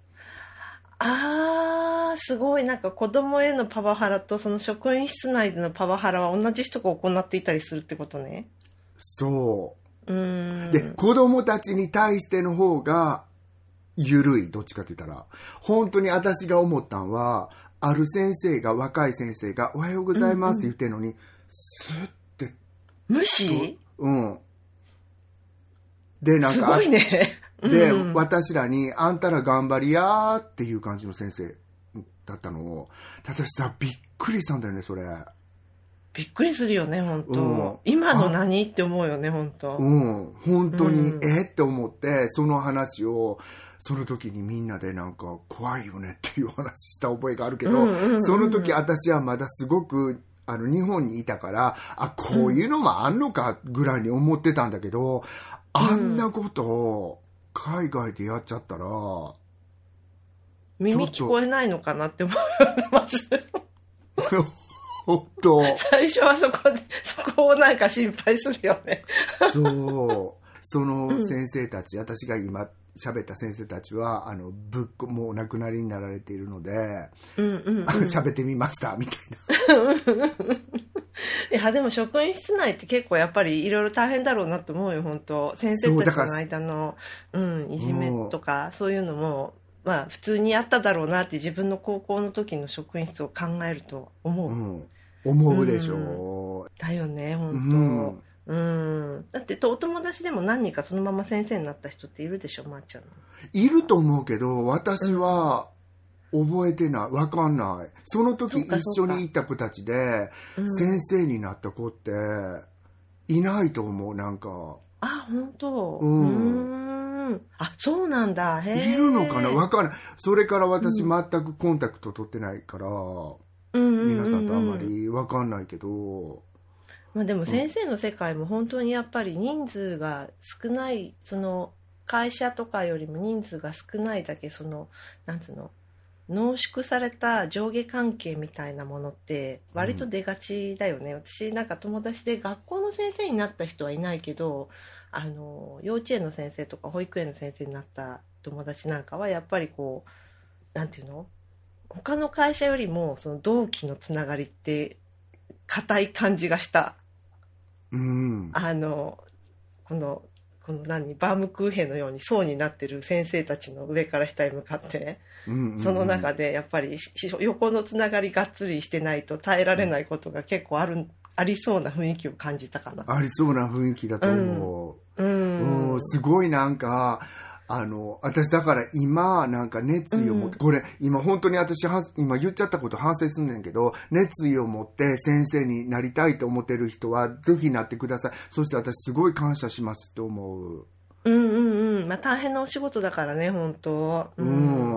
B: あーすごいなんか子供へのパワハラとその職員室内でのパワハラは同じ人が行っていたりするってことね。
C: そううーんで子供たちに対しての方が緩いどっちかって言ったら本当に私が思ったんはある先生が若い先生がおはようございますって言ってるのに、うんうん、スッて
B: 無視
C: うんでなんか
B: すごいね
C: で、うん、私らにあんたら頑張りやーっていう感じの先生だったのを私さびっくりしたんだよねそれ。
B: びっくりするよね本当、うん、今の何って思うよね本当
C: うん本当に、うん、えって思ってその話をその時にみんなでなんか怖いよねっていう話した覚えがあるけど、うんうんうん、その時私はまだすごくあの日本にいたからあこういうのもあんのかぐらいに思ってたんだけど、うん、あんなことを海外でやっちゃったら
B: 耳聞こえないのかなって思います
C: 本当
B: 最初はそこでそこをなんか心配するよね
C: そうその先生たち、うん、私が今喋った先生たちはあのぶっこもうお亡くなりになられているので、
B: うんうんうん、
C: 喋ってみましたみたいな。
B: いやでも職員室内って結構やっぱりいろいろ大変だろうなと思うよ本当。先生たちの間のう、うん、いじめとかそういうのもまあ普通にあっただろうなって自分の高校の時の職員室を考えると思う、うん、
C: 思うでしょう、
B: うん、だよね本当、うんうん、だってお友達でも何人かそのまま先生になった人っているでしょまーちゃんの。
C: いると思うけど私は覚えてない分かんない。その時一緒に行った子たちで先生になった子っていないと思う。なんか
B: あ本当、
C: うん、
B: うんあそうなんだ。へ
C: いるのかな分かんない。それから私全くコンタクト取ってないから、うん、皆さんとあんまり分かんないけど、
B: まあ、でも先生の世界も本当にやっぱり人数が少ないその会社とかよりも人数が少ないだけそのなんつうの濃縮された上下関係みたいなものって割と出がちだよね、うん、私なんか友達で学校の先生になった人はいないけどあの幼稚園の先生とか保育園の先生になった友達なんかはやっぱりこうなんていうの他の会社よりもその同期のつながりって固い感じがした、
C: うん、
B: あのこのこの何バームクーヘンのように層になってる先生たちの上から下へ向かって、うんうんうん、その中でやっぱり横のつながりがっつりしてないと耐えられないことが結構ある、ありそうな雰囲気を感じたかな。
C: ありそうな雰囲気だと思う、うんうん、すごいなんかあの私だから今なんか熱意を持って、うん、これ今本当に私今言っちゃったこと反省すんねんけど熱意を持って先生になりたいと思ってる人はぜひなってください。そして私すごい感謝しますって思う。
B: うんうんうんまあ大変なお仕事だからね本当、うん、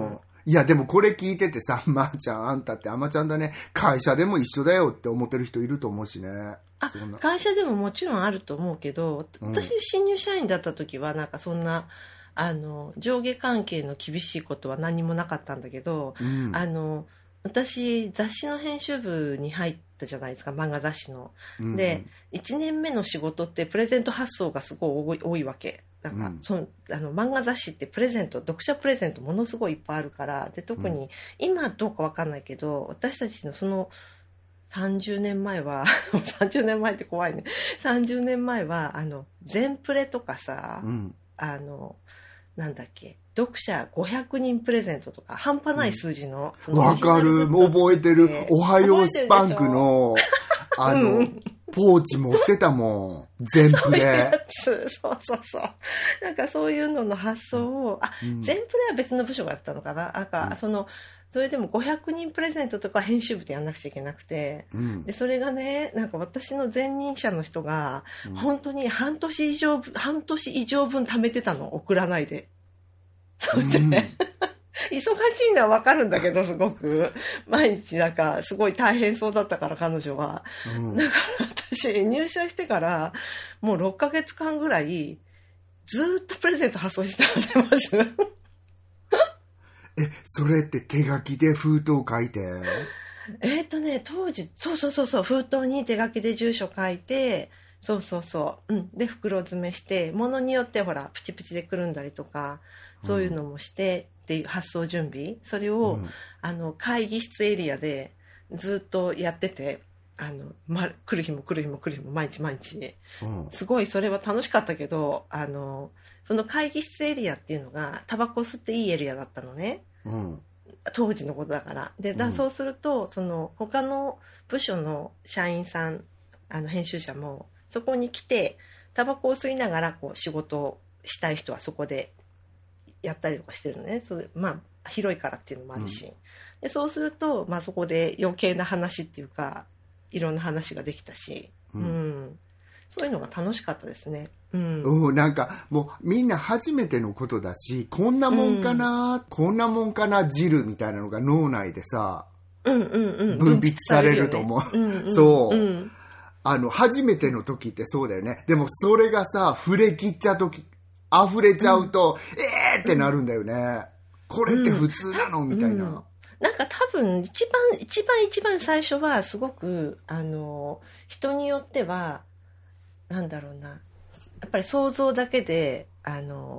C: うんいやでもこれ聞いててさまーちゃんあんたってあまちゃんだね会社でも一緒だよって思ってる人いると思うしね。
B: あ会社でももちろんあると思うけど私新入社員だった時はなんかそんなあの上下関係の厳しいことは何もなかったんだけど、うん、あの私雑誌の編集部に入ったじゃないですか漫画雑誌の、うん、でいちねんめの仕事ってプレゼント発送がすごい多いわけなんか、うん、そのあの漫画雑誌ってプレゼント読者プレゼントものすごいいっぱいあるからで特に今どうか分かんないけど私たちのそのさんじゅうねんまえはさんじゅうねんまえって怖いねさんじゅうねんまえはあの全プレとかさ、うん、あのなんだっけ読者ごひゃくにんプレゼントとか半端ない数字の
C: わ、うん、かる覚えてるおはようスパンクのあの、うん、ポーチ持ってたもん全プレ
B: そうそうそうそうなんかそういうのの発想をあ、うん、全プレは別の部署がやってたのかななんか、うん、そのそれでもごひゃくにんプレゼントとか編集部でやんなくちゃいけなくて、うん、でそれがねなんか私の前任者の人が、うん、本当に半年以上半年以上分貯めてたの送らないでそれで、うん、忙しいのは分かるんだけどすごく毎日なんかすごい大変そうだったから彼女は、うん、だから私入社してからもうろっかげつかんぐらいずっとプレゼント発送してたんでます
C: え、それって手書きで封筒書いて
B: えっとね、当時、そうそうそうそう、封筒に手書きで住所書いて、そうそうそう、うん、で袋詰めして、物によってほらプチプチでくるんだりとか、そういうのもして、うん、っていう発送準備、それを、うん、あの会議室エリアでずっとやってて、あの、ま、来る日も来る日も来る日も毎日毎日、うん、すごいそれは楽しかったけど、あのその会議室エリアっていうのがタバコ吸っていいエリアだったのね、うん、当時のことだからでだ、うん、そうするとその他の部署の社員さんあの編集者もそこに来てタバコを吸いながらこう仕事をしたい人はそこでやったりとかしてるのね。それまあ広いからっていうのもあるし、うん、でそうすると、まあ、そこで余計な話っていうかいろんな話ができたし、うんうん、そういうのが楽しかったですね。うん、
C: うん、なんかもうみんな初めてのことだしこんなもんかな、うん、こんなもんかな汁みたいなのが脳内でさ、
B: うんうんうん、
C: 分泌されると思う、うんうん、そう、うん、あの初めての時ってそうだよね。でもそれがさ触れきっちゃう時溢れちゃうと、うん、えーってなるんだよね、うん、これって普通なの、うん、みたいな、うん、
B: なんか多分一番一番一番最初はすごくあの人によってはなんだろうなやっぱり想像だけであの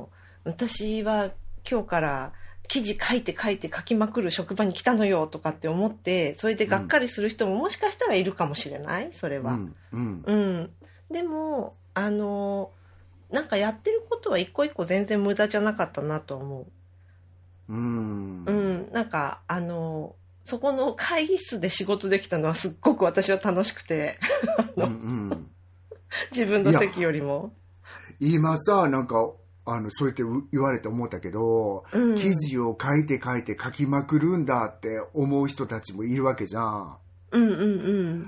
B: 私は今日から記事書いて書いて書きまくる職場に来たのよとかって思って、それでがっかりする人ももしかしたらいるかもしれない、それは。うん。うんうん、でも、あの、なんかやってることは一個一個全然無駄じゃなかったなと思う。うん。うん。なんか、あの、そこの会議室で仕事できたのはすっごく私は楽しくて。うんうん、自分の席よりも。
C: 今さ、なんか、あのそうやって言われて思ったけど、うん、記事を書いて書いて書きまくるんだって思う人たちもいるわけじゃん。うんうんうん、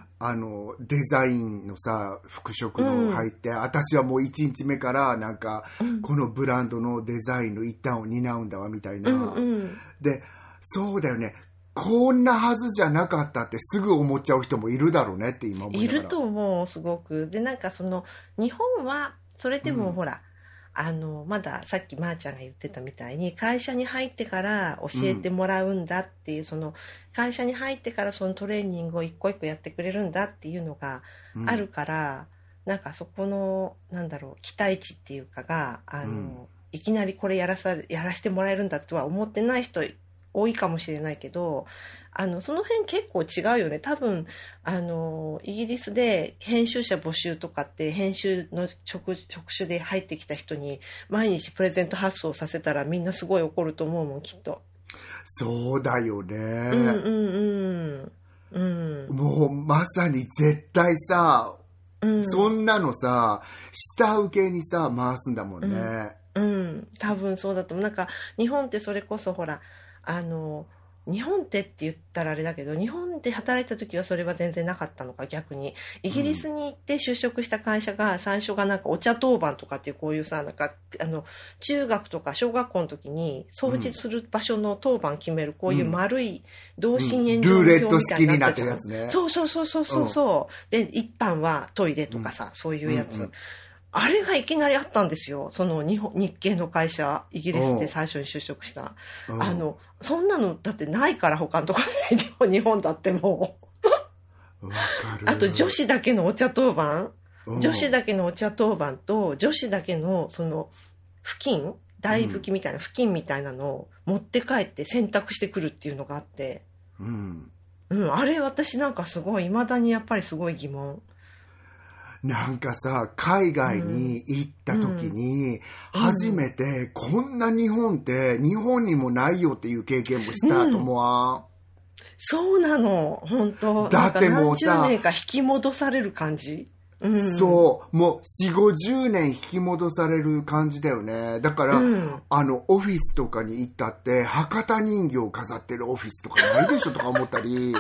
C: あのデザインのさ服飾の入って、うん、私はもういちにちめからなんか、うん、このブランドのデザインの一端を担うんだわみたいな、うんうん、でそうだよね、こんなはずじゃなかったってすぐ思っちゃう人もいるだろうねって今思いながら。
B: いると思う、すごく。でなんかその日本はそれでもほら、うんあのまださっきまーちゃんが言ってたみたいに会社に入ってから教えてもらうんだっていう、うん、その会社に入ってからそのトレーニングを一個一個やってくれるんだっていうのがあるから、うん、なんかそこのなんだろう期待値っていうかがあの、うん、いきなりこれやらさやらせてもらえるんだとは思ってない人多いかもしれないけど、あのその辺結構違うよね。多分あのイギリスで編集者募集とかって編集の職、職種で入ってきた人に毎日プレゼント発送させたらみんなすごい怒ると思うもんきっと。
C: そうだよね。
B: うんうんうん、うん、
C: もうまさに絶対さ、うん、そんなのさ下請けにさ回すんだもんね。
B: うん、うん、多分そうだと思う。なんか日本ってそれこそほらあの日本ってって言ったらあれだけど日本で働いた時はそれは全然なかったのか、逆にイギリスに行って就職した会社が最初がなんかお茶当番とかっていうこういうさなんかあの中学とか小学校の時に掃除する場所の当番決めるこういう丸い同心円状の表みたいになってるやつね。そうそうそうそうそうそう、うん、で一般はトイレとかさ、うん、そういうやつ、うんうん、あれがいきなりあったんですよ。その 日, 本日系の会社イギリスで最初に就職したあのそんなのだってないから他のところで日本だってもうわかる。あと女子だけのお茶当番、女子だけのお茶当番と女子だけのその布巾台拭きみたいな布巾みたいなのを持って帰って洗濯してくるっていうのがあって、うんうん、あれ私なんかすごい未だにやっぱりすごい疑問。
C: なんかさ海外に行った時に初めてこんな日本って日本にもないよっていう経験もしたと思わん、うん、
B: そうなの本当。だってもうさ何十年か引き戻される感じ、うん、
C: そうもう よんじゅうごじゅうねん引き戻される感じだよね。だから、うん、あのオフィスとかに行ったって博多人形を飾ってるオフィスとかないでしょとか思ったり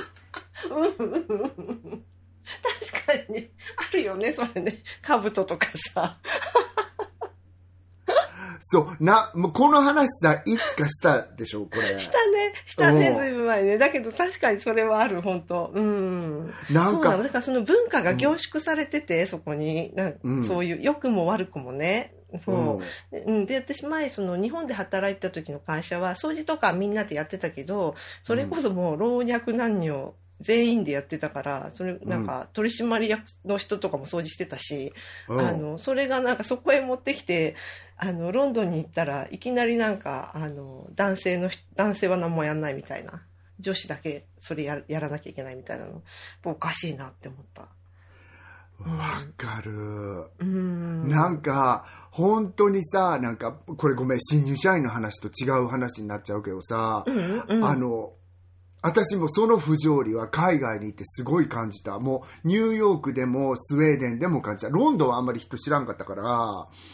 B: 確かにあるよねそれね、兜とかさ
C: そうな、もうこの話さいつかしたでしょこれ。
B: したねしたねずいぶん前ね。だけど確かにそれはある本当。うんなんかそうなの。だからその文化が凝縮されてて、うん、そこになんか、うん、そういう良くも悪くもね。そう、うん、で私前その日本で働いてた時の会社は掃除とかみんなでやってたけどそれこそもう老若男女全員でやってたからそれなんか取締役の人とかも掃除してたし、うん、あのそれがなんかそこへ持ってきてあのロンドンに行ったらいきなりなんかあの男性の男性は何もやんないみたいな、女子だけそれ や, やらなきゃいけないみたいなのおかしいなって思った。
C: わかる、うん、なんか本当にさなんかこれごめん新入社員の話と違う話になっちゃうけどさ、うんうん、あの私もその不条理は海外に行ってすごい感じた。もうニューヨークでもスウェーデンでも感じた。ロンドンはあんまり人知らんかったから、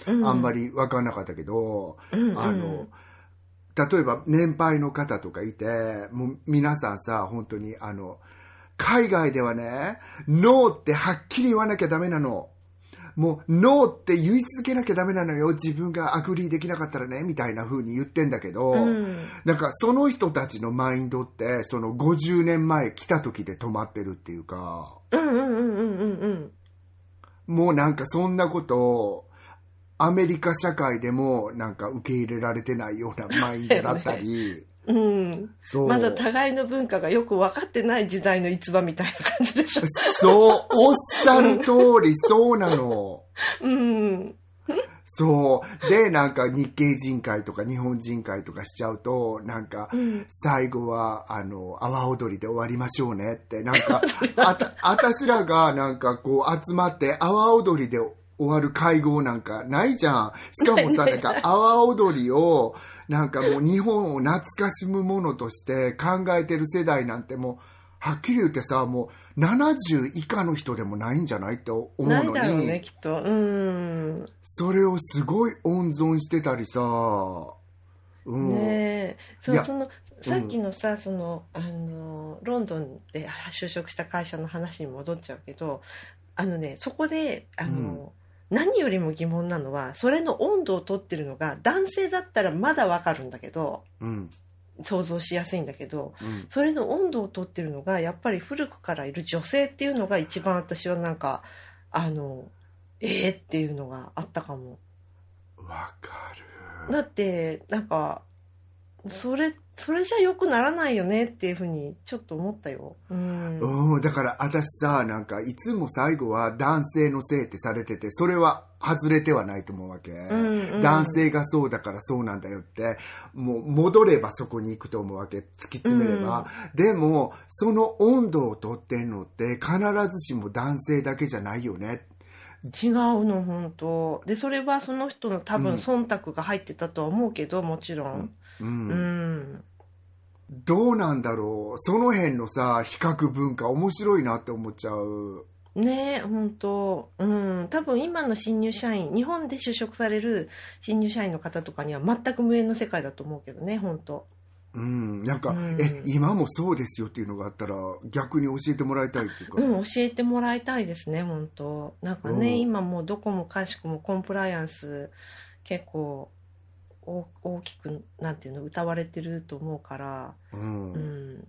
C: うん、あんまり分かんなかったけど、うんうん、あの例えば年配の方とかいてもう皆さんさ本当にあの海外ではねノーってはっきり言わなきゃダメなの。もうノーって言い続けなきゃダメなのよ。自分がアグリーできなかったらねみたいな風に言ってんだけど、うん、なんかその人たちのマインドってそのごじゅうねんまえ来た時で止まってるっていうか、うんうんうんうんうんうんもうなんかそんなことをアメリカ社会でもなんか受け入れられてないようなマインドだったり
B: うん、そうまだ互いの文化がよく分かってない時代の逸話みたいな感じでしょ。
C: そうおっしゃる通りそうなの、うん、 そうでなんか日系人会とか日本人会とかしちゃうとなんか最後はあの阿波踊りで終わりましょうねってなんかあた私らがなんかこう集まって阿波踊りで終わる会合なんかないじゃん。しかもさなんか阿波踊りをなんかもう日本を懐かしむものとして考えてる世代なんてもうはっきり言ってさもうななじゅう以下の人でもないんじゃないって思うのに、
B: ないだろうねきっと。うん。
C: それをすごい温存してたりさ、
B: うん、ねえ、そうそのさっきのさ、うん、そのあのロンドンで就職した会社の話に戻っちゃうけど、あのねそこであの、うん、何よりも疑問なのはそれの温度を取ってるのが男性だったらまだわかるんだけど。うん想像しやすいんだけど、うん、それの温度をとってるのがやっぱり古くからいる女性っていうのが一番私はなんかあのえーっていうのがあったかも。
C: わかる。
B: だってなんかそれそれじゃ良くならないよねっていうふうにちょっと思ったよ。うん、
C: うん、だから私さなんかいつも最後は男性のせいってされててそれは外れてはないと思うわけ、うんうん、男性がそうだからそうなんだよってもう戻ればそこに行くと思うわけ突き詰めれば、うん、でもその温度をとってんのって必ずしも男性だけじゃないよね。
B: 違うの本当でそれはその人の多分忖度が入ってたとは思うけど、うん、もちろん、うんうん、
C: どうなんだろうその辺のさ比較文化面白いなって思っちゃう
B: ねえ本当、うん、多分今の新入社員日本で就職される新入社員の方とかには全く無縁の世界だと思うけどね本当。
C: うん、なんか、うん、え今もそうですよっていうのがあったら逆に教えてもらいたいっていうか、
B: うん、教えてもらいたいですね本当なんかね、うん、今もうどこもかしこもコンプライアンス結構大きくなんていうの歌われてると思うから、うんうん、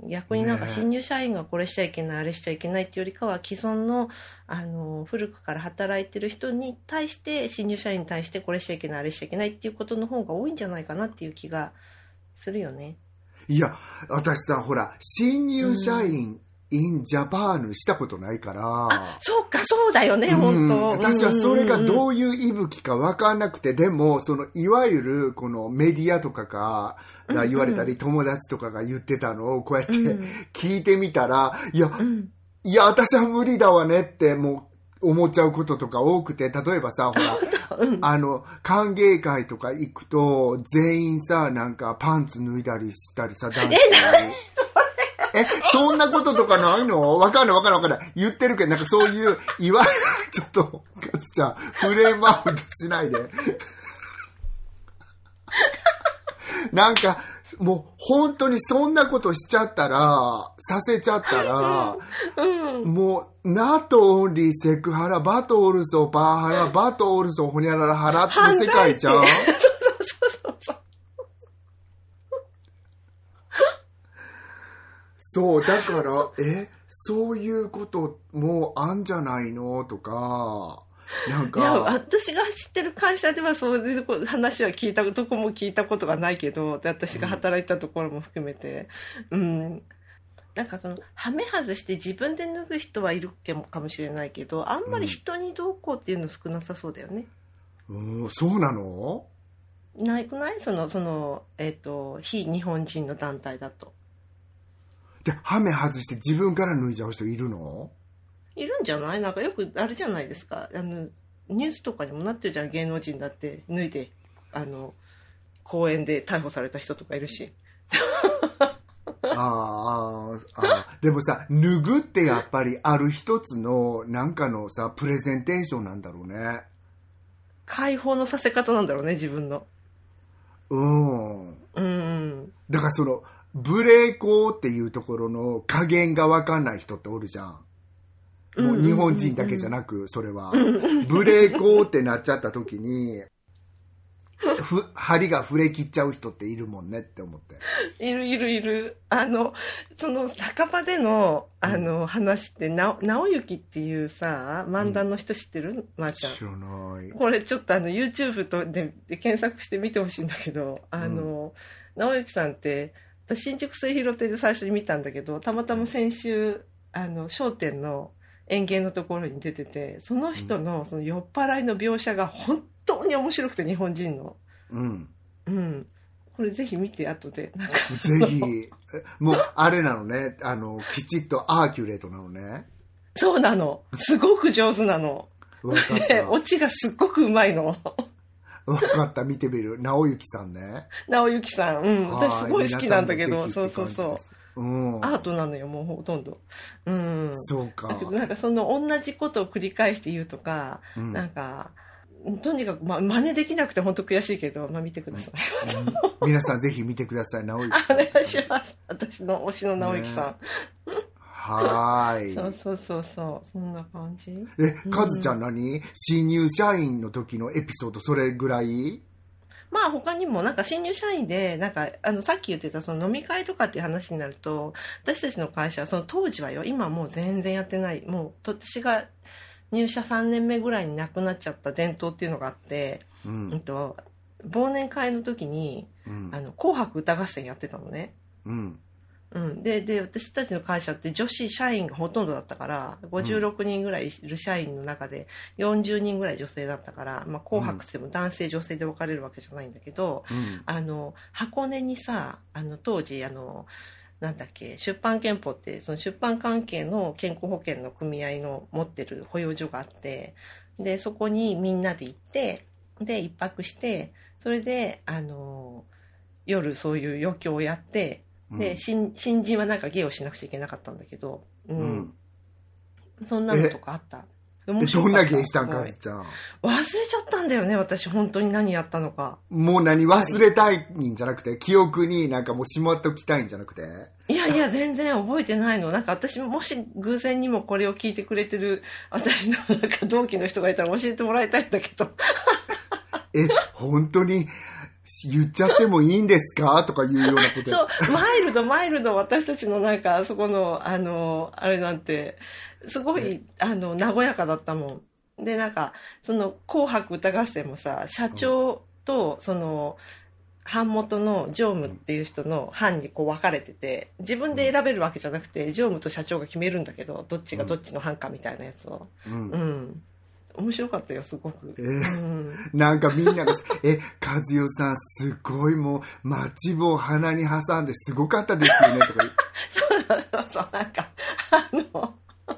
B: 逆になんか新入社員がこれしちゃいけない、ね、あれしちゃいけないっていうよりかは既存の、あの古くから働いてる人に対して新入社員に対してこれしちゃいけないあれしちゃいけないっていうことの方が多いんじゃないかなっていう気がするよね。
C: いや私さほら新入社員、うん、インジャパーヌしたことないから
B: あそうかそうだよね、うん、本当
C: 私はそれがどういう息吹か分かんなくて、うんうんうん、でもそのいわゆるこのメディアとかが言われたり、うんうん、友達とかが言ってたのをこうやって聞いてみたら、うん、いや、うん、いや私は無理だわねってもう思っちゃうこととか多くて例えばさほらうん、あの歓迎会とか行くと全員さなんかパンツ脱いだりしたりさ男子にえそんなこととかないのわかんないわかんないわかんない言ってるけどなんかそういういわゆるちょっとかつちゃんフレームアウトしないでなんかもう本当にそんなことしちゃったらさせちゃったら、うん、もうナットオンリーセクハラバトオルソパワハラバトオルソホニャララハラって世界じゃん。そうそうそうそうそうだからえそういうこともうあんじゃないのとかなんかいや
B: 私が知ってる会社ではそういう話は聞いたどこも聞いたことがないけどで私が働いたところも含めて、うん、なんかそのはめ外して自分で脱ぐ人はいるかもしれないけどあんまり人にどうこうっていうの少なさそうだよね。
C: うん、そうなの？
B: ないくないそのその、えーと、非日本人の団体だと。
C: ではめ外して自分から脱いじゃう人いるの？
B: いるんじゃない？なんかよくあれじゃないですかあのニュースとかにもなってるじゃん芸能人だって脱いであの公園で逮捕された人とかいるし
C: ああでもさ脱ぐってやっぱりある一つのなんかのさプレゼンテーションなんだろうね。
B: 解放のさせ方なんだろうね自分の。
C: うん
B: うん。
C: だからそのブレーコーっていうところの加減が分かんない人っておるじゃん。もう日本人だけじゃなくそれはブレーコーってなっちゃった時にふ針が触れ切っちゃう人っているもんねって思って。
B: いるいるいるあのその酒場でのあの、うん、話ってな直行っていうさ漫談の人知ってる、うん、まーちゃん。
C: 知らない。
B: これちょっとあの YouTube と で, で検索して見てほしいんだけどあの、うん、直行さんって私新宿末広亭で最初に見たんだけどたまたま先週あの笑点の演芸のところに出てて、その人のその酔っ払いの描写が本当に面白くて、日本人の。うん。うん。これぜひ見て、後で。なんか
C: ぜひ。もう、あれなのね。あの、きちっとアーキュレートなのね。
B: そうなの。すごく上手なの。
C: わかった。
B: で、オチがすっごくうまいの。
C: わかった、見てみる。直行さんね。
B: 直行さん。うん。私すごい好きなんだけど、そうそうそう。
C: うん、
B: アートなのよ、もうほとんど。うん。
C: そうか。
B: だけどなんかその同じことを繰り返して言うとか、うん、なんか、とにかく、ま、真似できなくて本当悔しいけど、まあ、見てください。
C: うん、皆さんぜひ見てください、直行
B: さん。お願いします。私の推しの直行さん。ね、
C: はーい。
B: そうそうそうそう。そんな感じ。
C: え、カズちゃん何、うん、新入社員の時のエピソードそれぐらい？
B: まあ他にもなんか新入社員でなんかあのさっき言ってたその飲み会とかっていう話になると、私たちの会社はその当時はよ、今はもう全然やってない、もう私が入社さんねんめぐらいになくなっちゃった伝統っていうのがあって、うん、うんと忘年会の時に、うん、あの紅白歌合戦やってたのね。うんうん、で, で私たちの会社って女子社員がほとんどだったから、ごじゅうろくにんぐらいいる社員の中でよんじゅうにんぐらい女性だったから、まあ、紅白っても男性女性で分かれるわけじゃないんだけど、うん、あの箱根にさ、あの当時あのなんだっけ、出版憲法ってその出版関係の健康保険の組合の持ってる保養所があって、でそこにみんなで行ってで一泊して、それであの夜そういう余興をやって、で、うん、新, 新人はなんか芸をしなくちゃいけなかったんだけど、うん、うん、そんなのとかあった。
C: 面白かった。どんな芸したんかじゃん。
B: 忘れちゃったんだよね、私本当に何やったのか。
C: もう何忘れたいんじゃなくて、記憶になんかもうしまっておきたいんじゃなくて。
B: いやいや全然覚えてないの。なんか私もし偶然にもこれを聞いてくれてる私のなんか同期の人がいたら教えてもらいたいんだけど。
C: え、本当に。言っちゃってもいいんですかとかいうようなこと。
B: そう、マイルド、マイルド、私たちのなんか、そこの、あの、あれなんて、すごい、あの、和やかだったもん。で、なんか、その、紅白歌合戦もさ、社長と、その、版元の常務っていう人の班にこう分かれてて、自分で選べるわけじゃなくて、常務と社長が決めるんだけど、どっちがどっちの班かみたいなやつを。うん。うん面白かったよ、すごく。
C: えーうん、なんかみんなが、え、和代さん、すごいもう、待ち棒を鼻に挟んですごかったですよね、とか
B: そうそうそう、なんか、あの、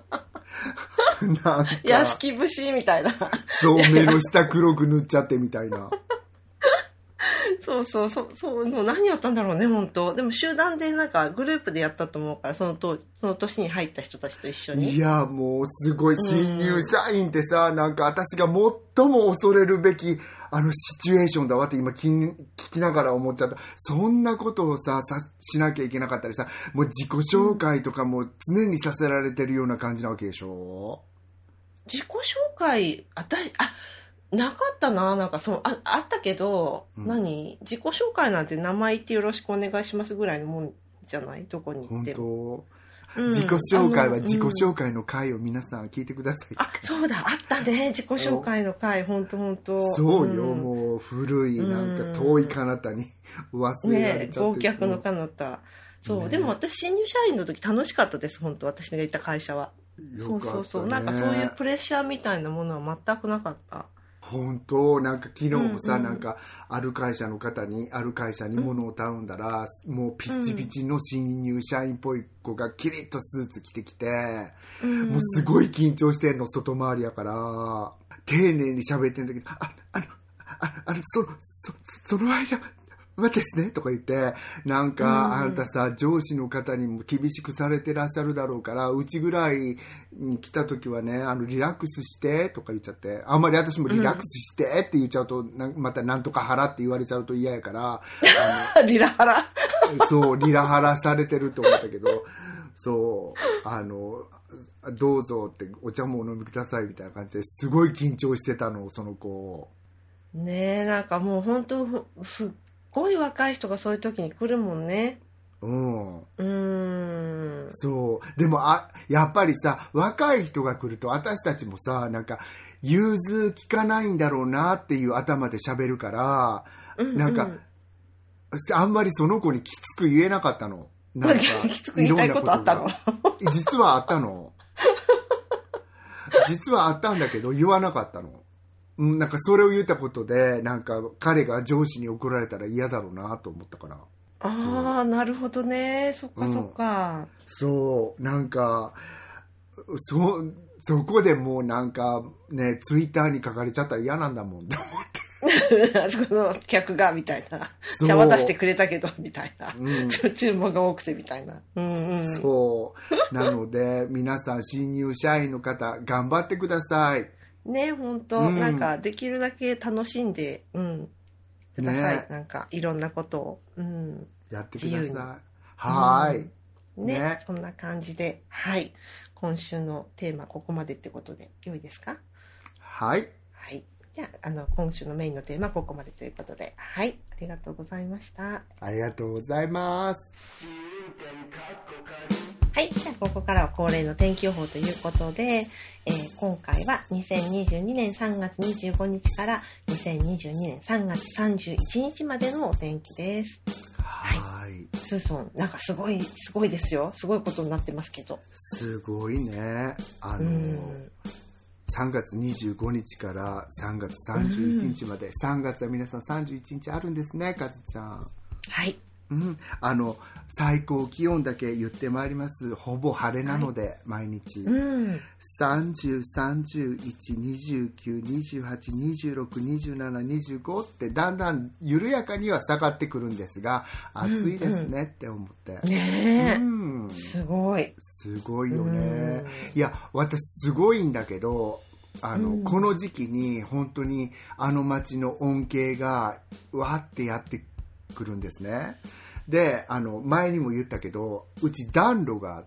B: なんか、安木節みたいな。
C: そう、目の下黒く塗っちゃってみたいな。
B: そうそうそうそう、何やったんだろうね、本当。でも集団でなんかグループでやったと思うから、その当その年に入った人たちと一緒に。
C: いやもうすごい、新入社員ってさ、なんか私が最も恐れるべきあのシチュエーションだわって今聞きながら思っちゃった。そんなことをささしなきゃいけなかったりさ、もう自己紹介とかも常にさせられてるような感じなわけでしょ。
B: 自己紹介、あたあなかったな、なんかそう あ, あったけど、うん、何自己紹介なんて名前言ってよろしくお願いしますぐらいのもんじゃない、どこに行っても。
C: 本当、うん、自己紹介は自己紹介の回を皆さん聞いてください、うん、
B: あ、そうだ、あったね、自己紹介の回、本当本当。
C: そうよ、うん、もう古いなんか遠い彼方に忘れられちゃって、ね、
B: 忘却の彼方。そう、ね、でも私新入社員の時楽しかったです、本当、私がいた会社は。そうそうそう、なんかそういうプレッシャーみたいなものは全くなかった。
C: 本当、なんか昨日もさ、うんうん、なんかある会社の方にある会社に物を頼んだら、うん、もうピッチピチの新入社員っぽい子がキリッとスーツ着てきて、うん、もうすごい緊張してんの、外回りやから丁寧に喋ってんだけど、ああのああのそそその間はですねとか言って、なんか、うん、あなたさ上司の方にも厳しくされてらっしゃるだろうから、うちぐらいに来た時はね、あのリラックスしてとか言っちゃって、あんまり私もリラックスしてって言っちゃうと、うん、またなんとか腹って言われちゃうと嫌やから、
B: あのリラハラ
C: そうリラハラされてると思ったけど、そうあのどうぞってお茶もお飲みくださいみたいな感じですごい緊張してたの、その子
B: ね。えなんかもう本当すっすごい若い人がそういう時に来るもんね。
C: うん。うーん。そう。でもあやっぱりさ、若い人が来ると私たちもさ、なんか融通きかないんだろうなっていう頭で喋るから、うんうん、なんかあんまりその子にきつく言えなかったの。なんか
B: きつく言いたいことあったの？
C: 実はあったの。 実はあったんだけど言わなかったの。うん、なんかそれを言ったことでなんか彼が上司に怒られたら嫌だろうなと思ったから。
B: ああ、なるほどね。そっかそっか、うん、
C: そうなんかそそこでもうなんかねツイッターに書かれちゃったら嫌なんだもんって思って
B: その客がみたいな、茶は出してくれたけどみたいな、うん、注文が多くてみたいな、うんうん、
C: そうなので皆さん新入社員の方頑張ってください
B: ね。本当、うん、なんかできるだけ楽しんで、うん、ください、ね、なんかいろんなことを、うん、
C: やってください。はい、
B: うん、ね, ねそんな感じで、はい今週のテーマここまでってことで良いですか？
C: はい、
B: はい、じゃあ、あの今週のメインのテーマここまでということで、はい、ありがとうございました。
C: ありがとうございます。
B: はい、じゃあここからは恒例の天気予報ということで、えー、今回はにせんにじゅうにねんさんがつにじゅうごにちからにせんにじゅうにねんさんがつさんじゅういちにちまでのお天気です。はい、スーソンなんかすごいすごいですよ。すごいことになってますけど。
C: すごいね。あの、うん、さんがつにじゅうごにちからさんがつさんじゅういちにちまで、うん、さんがつは皆さんさんじゅういちにちあるんですね、かずちゃん。
B: はい。
C: うん、あの最高気温だけ言ってまいります。ほぼ晴れなので、はい、毎日、うん、さんじゅう、さんじゅういち、にじゅうきゅう、にじゅうはち、にじゅうろく、にじゅうなな、にじゅうごってだんだん緩やかには下がってくるんですが暑いですねって思って、
B: うんうん、ねえ、うん、すごい
C: すごいよね、うん、いや私すごいんだけどあの、うん、この時期に本当にあの街の恩恵がわーってやってくるんですね。であの前にも言ったけどうち暖炉があって、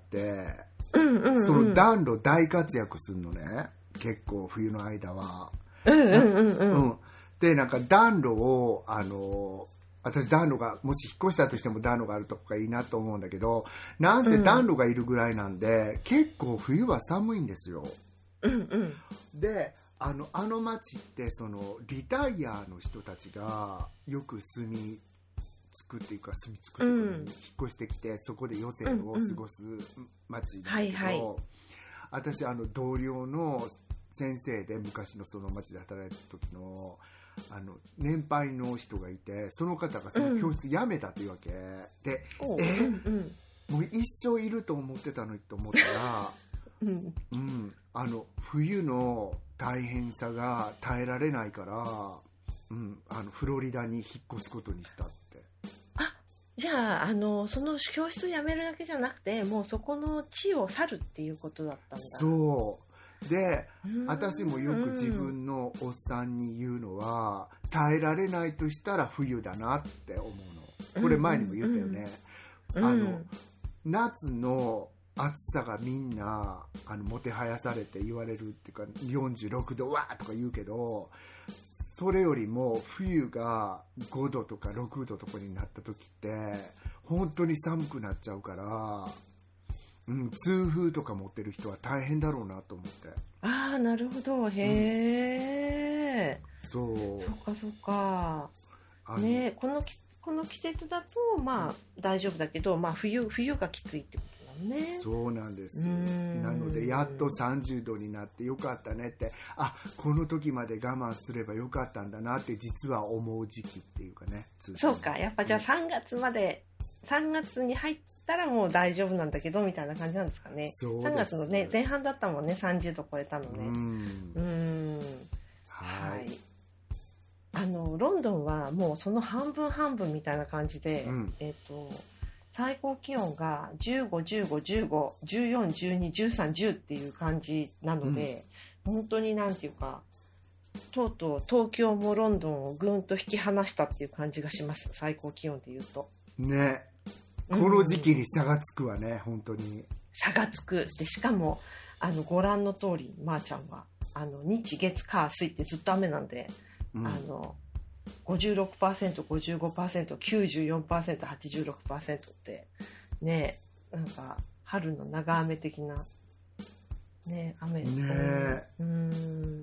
C: うんうんうん、その暖炉大活躍するのね、結構冬の間は、うんうんうんうん、でなんか暖炉をあの私暖炉がもし引っ越したとしても暖炉があるとこがいいなと思うんだけど、なんせ暖炉がいるぐらいなんで、うん、結構冬は寒いんですよ、うんうん、であのあの町ってそのリタイアの人たちがよく住み着くっていうか住み着くところに引っ越してきて、うん、そこで余生を過ごす町なんだけど、はいはい、私あの同僚の先生で昔のその町で働いた時のあの年配の人がいて、その方がその教室辞めたというわけ、うん、でえ、うんうん、もう一生いると思ってたのにと思ったら、うんうん、あの冬の大変さが耐えられないから、うん、あのフロリダに引っ越すことにしたって。
B: あ、じゃあ、あのその教室を辞めるだけじゃなくてもうそこの地を去るっていうことだったんだ。
C: そうで、私もよく自分のおっさんに言うのは、耐えられないとしたら冬だなって思うの。これ前にも言ったよね、うんうん、あの夏の暑さがみんなあのもてはやされて言われるっていうかよんじゅうろくどわーとか言うけど、それよりも冬がごどとかろくどとかになった時って本当に寒くなっちゃうから、うん、痛風とか持ってる人は大変だろうなと思って。
B: ああ、なるほど。へえ、
C: うん、そう
B: そっかそっかね。このこの季節だとまあ大丈夫だけど、まあ、冬冬がきついってことだね。
C: そうなんです。なのでやっとさんじゅうどになってよかったねって、あ、この時まで我慢すればよかったんだなって実は思う時期っていうかね。
B: そうか、やっぱじゃあさんがつまで、うん、さんがつに入ったらもう大丈夫なんだけどみたいな感じなんですかね。そうです。さんがつのね前半だったもんね、さんじゅうど超えたのね。うん、うーん、はい、はい。あのロンドンはもうその半分半分みたいな感じで、うん、えっと最高気温がじゅうご、じゅうご、じゅうご、じゅうよん、じゅうに、じゅうさん、じゅうっていう感じなので、うん、本当になんていうか、とうとう東京もロンドンをぐんと引き離したっていう感じがします。最高気温でいうと
C: ね、この時期に差がつくわね、うん、本当に
B: 差がつく。でしかもあのご覧の通り、まーちゃんはあの日月火水ってずっと雨なんで、うん、あの ごじゅうろくパーセント、ごじゅうごパーセント、きゅうじゅうよんパーセント、はちじゅうろくパーセントってね、なんか春の長雨的なね、雨ね。うん、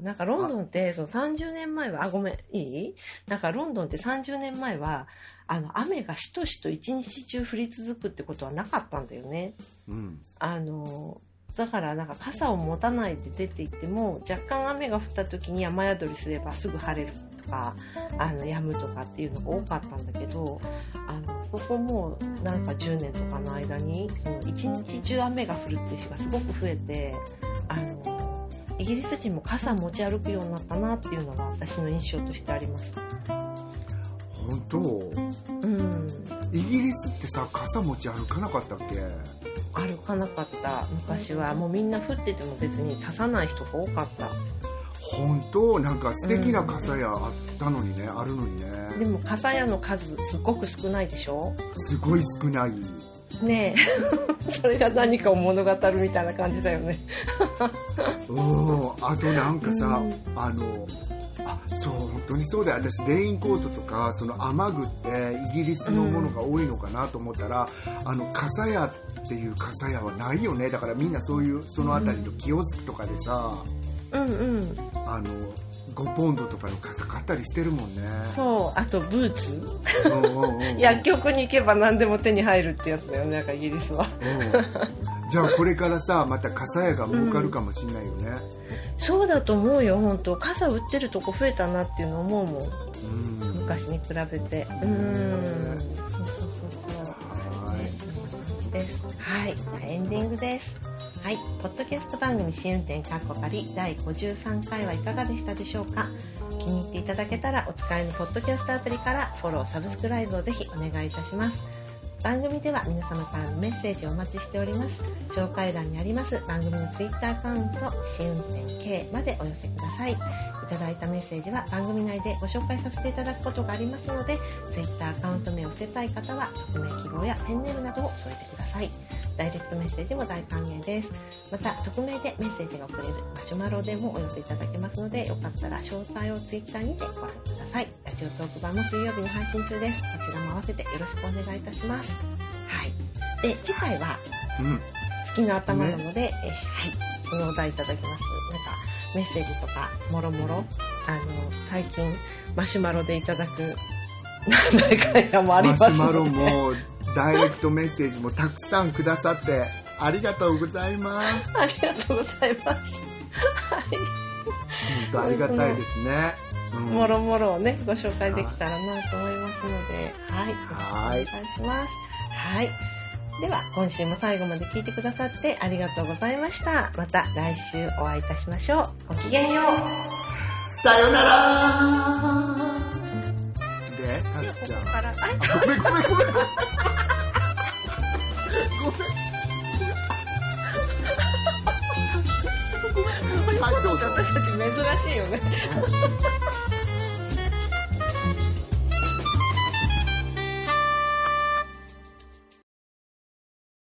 B: なんかロンドンってそのさんじゅうねんまえは、あ、ごめん、いい？なんかロンドンってさんじゅうねんまえはあの雨がしとしと一日中降り続くってことはなかったんだよね。うん、あのだからなんか傘を持たないで出て行っても若干雨が降った時に雨宿りすればすぐ晴れるとかあの止むとかっていうのが多かったんだけど、あのここもうなんかじゅうねんとかの間にその一日中雨が降るっていう日がすごく増えて、あのイギリス人も傘持ち歩くようになったなっていうのが私の印象としてあります。
C: 本当？うん。イギリスってさ傘持ち歩かなかったっけ？
B: 歩かなかった。昔はもうみんな降ってても別に刺さない人が多かった。
C: 本当？なんか素敵な傘屋あったのにね、うん、あるのにね。
B: でも傘屋の数すごく少ないでしょ？
C: すごい少ない
B: ねえそれが何かを物語るみたいな感じだよね
C: うんあとなんかさ、うん、あのあそう本当にそうだよ。私レインコートとかその雨具ってイギリスのものが多いのかなと思ったら、うん、あの傘屋っていう傘屋はないよね。だからみんなそういうそのあたりのキオスクとかでさ、うんうん、あのごポンドとかの傘買ったりしてるもんね。
B: そう、あとブーツうんうん、うん、薬局に行けば何でも手に入るってやつだよね、なんかイギリスは、
C: うん、じゃあこれからさまた傘屋が儲かるかもしれないよね、
B: うん、そうだと思うよ。本当傘売ってるとこ増えたなっていうの思うもん、うん、昔に比べてうん、そうそうそうそうはいです。はい、エンディングです。はい、ポッドキャスト番組試運転かっこかりだいごじゅうさんかいはいかがでしたでしょうか。気に入っていただけたらお使いのポッドキャストアプリからフォローサブスクライブをぜひお願いいたします。番組では皆様からのメッセージをお待ちしております。紹介欄にあります番組のツイッターアカウント試運転 K までお寄せください。いただいたメッセージは番組内でご紹介させていただくことがありますので、ツイッターアカウント名を伏せたい方は匿名希望やペンネームなどを添えてください。ダイレクトメッセージも大歓迎です。また匿名でメッセージが送れるマシュマロでもお寄せいただけますので、よかったら詳細をツイッターにてご覧ください。ラジオトーク版も水曜日に配信中です。こちらも合わせてよろしくお願いいたします。はい。で次回は、うん、月の頭なので、ねえはいそのお題いただきます。なんかメッセージとかもろもろあの最近マシュマロでいただく何回かもありますので、
C: マシュマロもダイレクトメッセージもたくさんくださってありがとうございます。
B: ありがとうございます。はい。
C: 本当ありがたいですね。
B: うん、もろもろをねご紹介できたらなと思いますので、はい。はい。お願いします。はい。では今週も最後まで聞いてくださってありがとうございました。また来週お会いいたしましょう。ごきげんよう。
C: さよなら。で、かっちゃん。
B: ここから
C: あ、ごめんごめんごめん。ごめん。はい、どうぞ。
B: 私たち珍しいよね。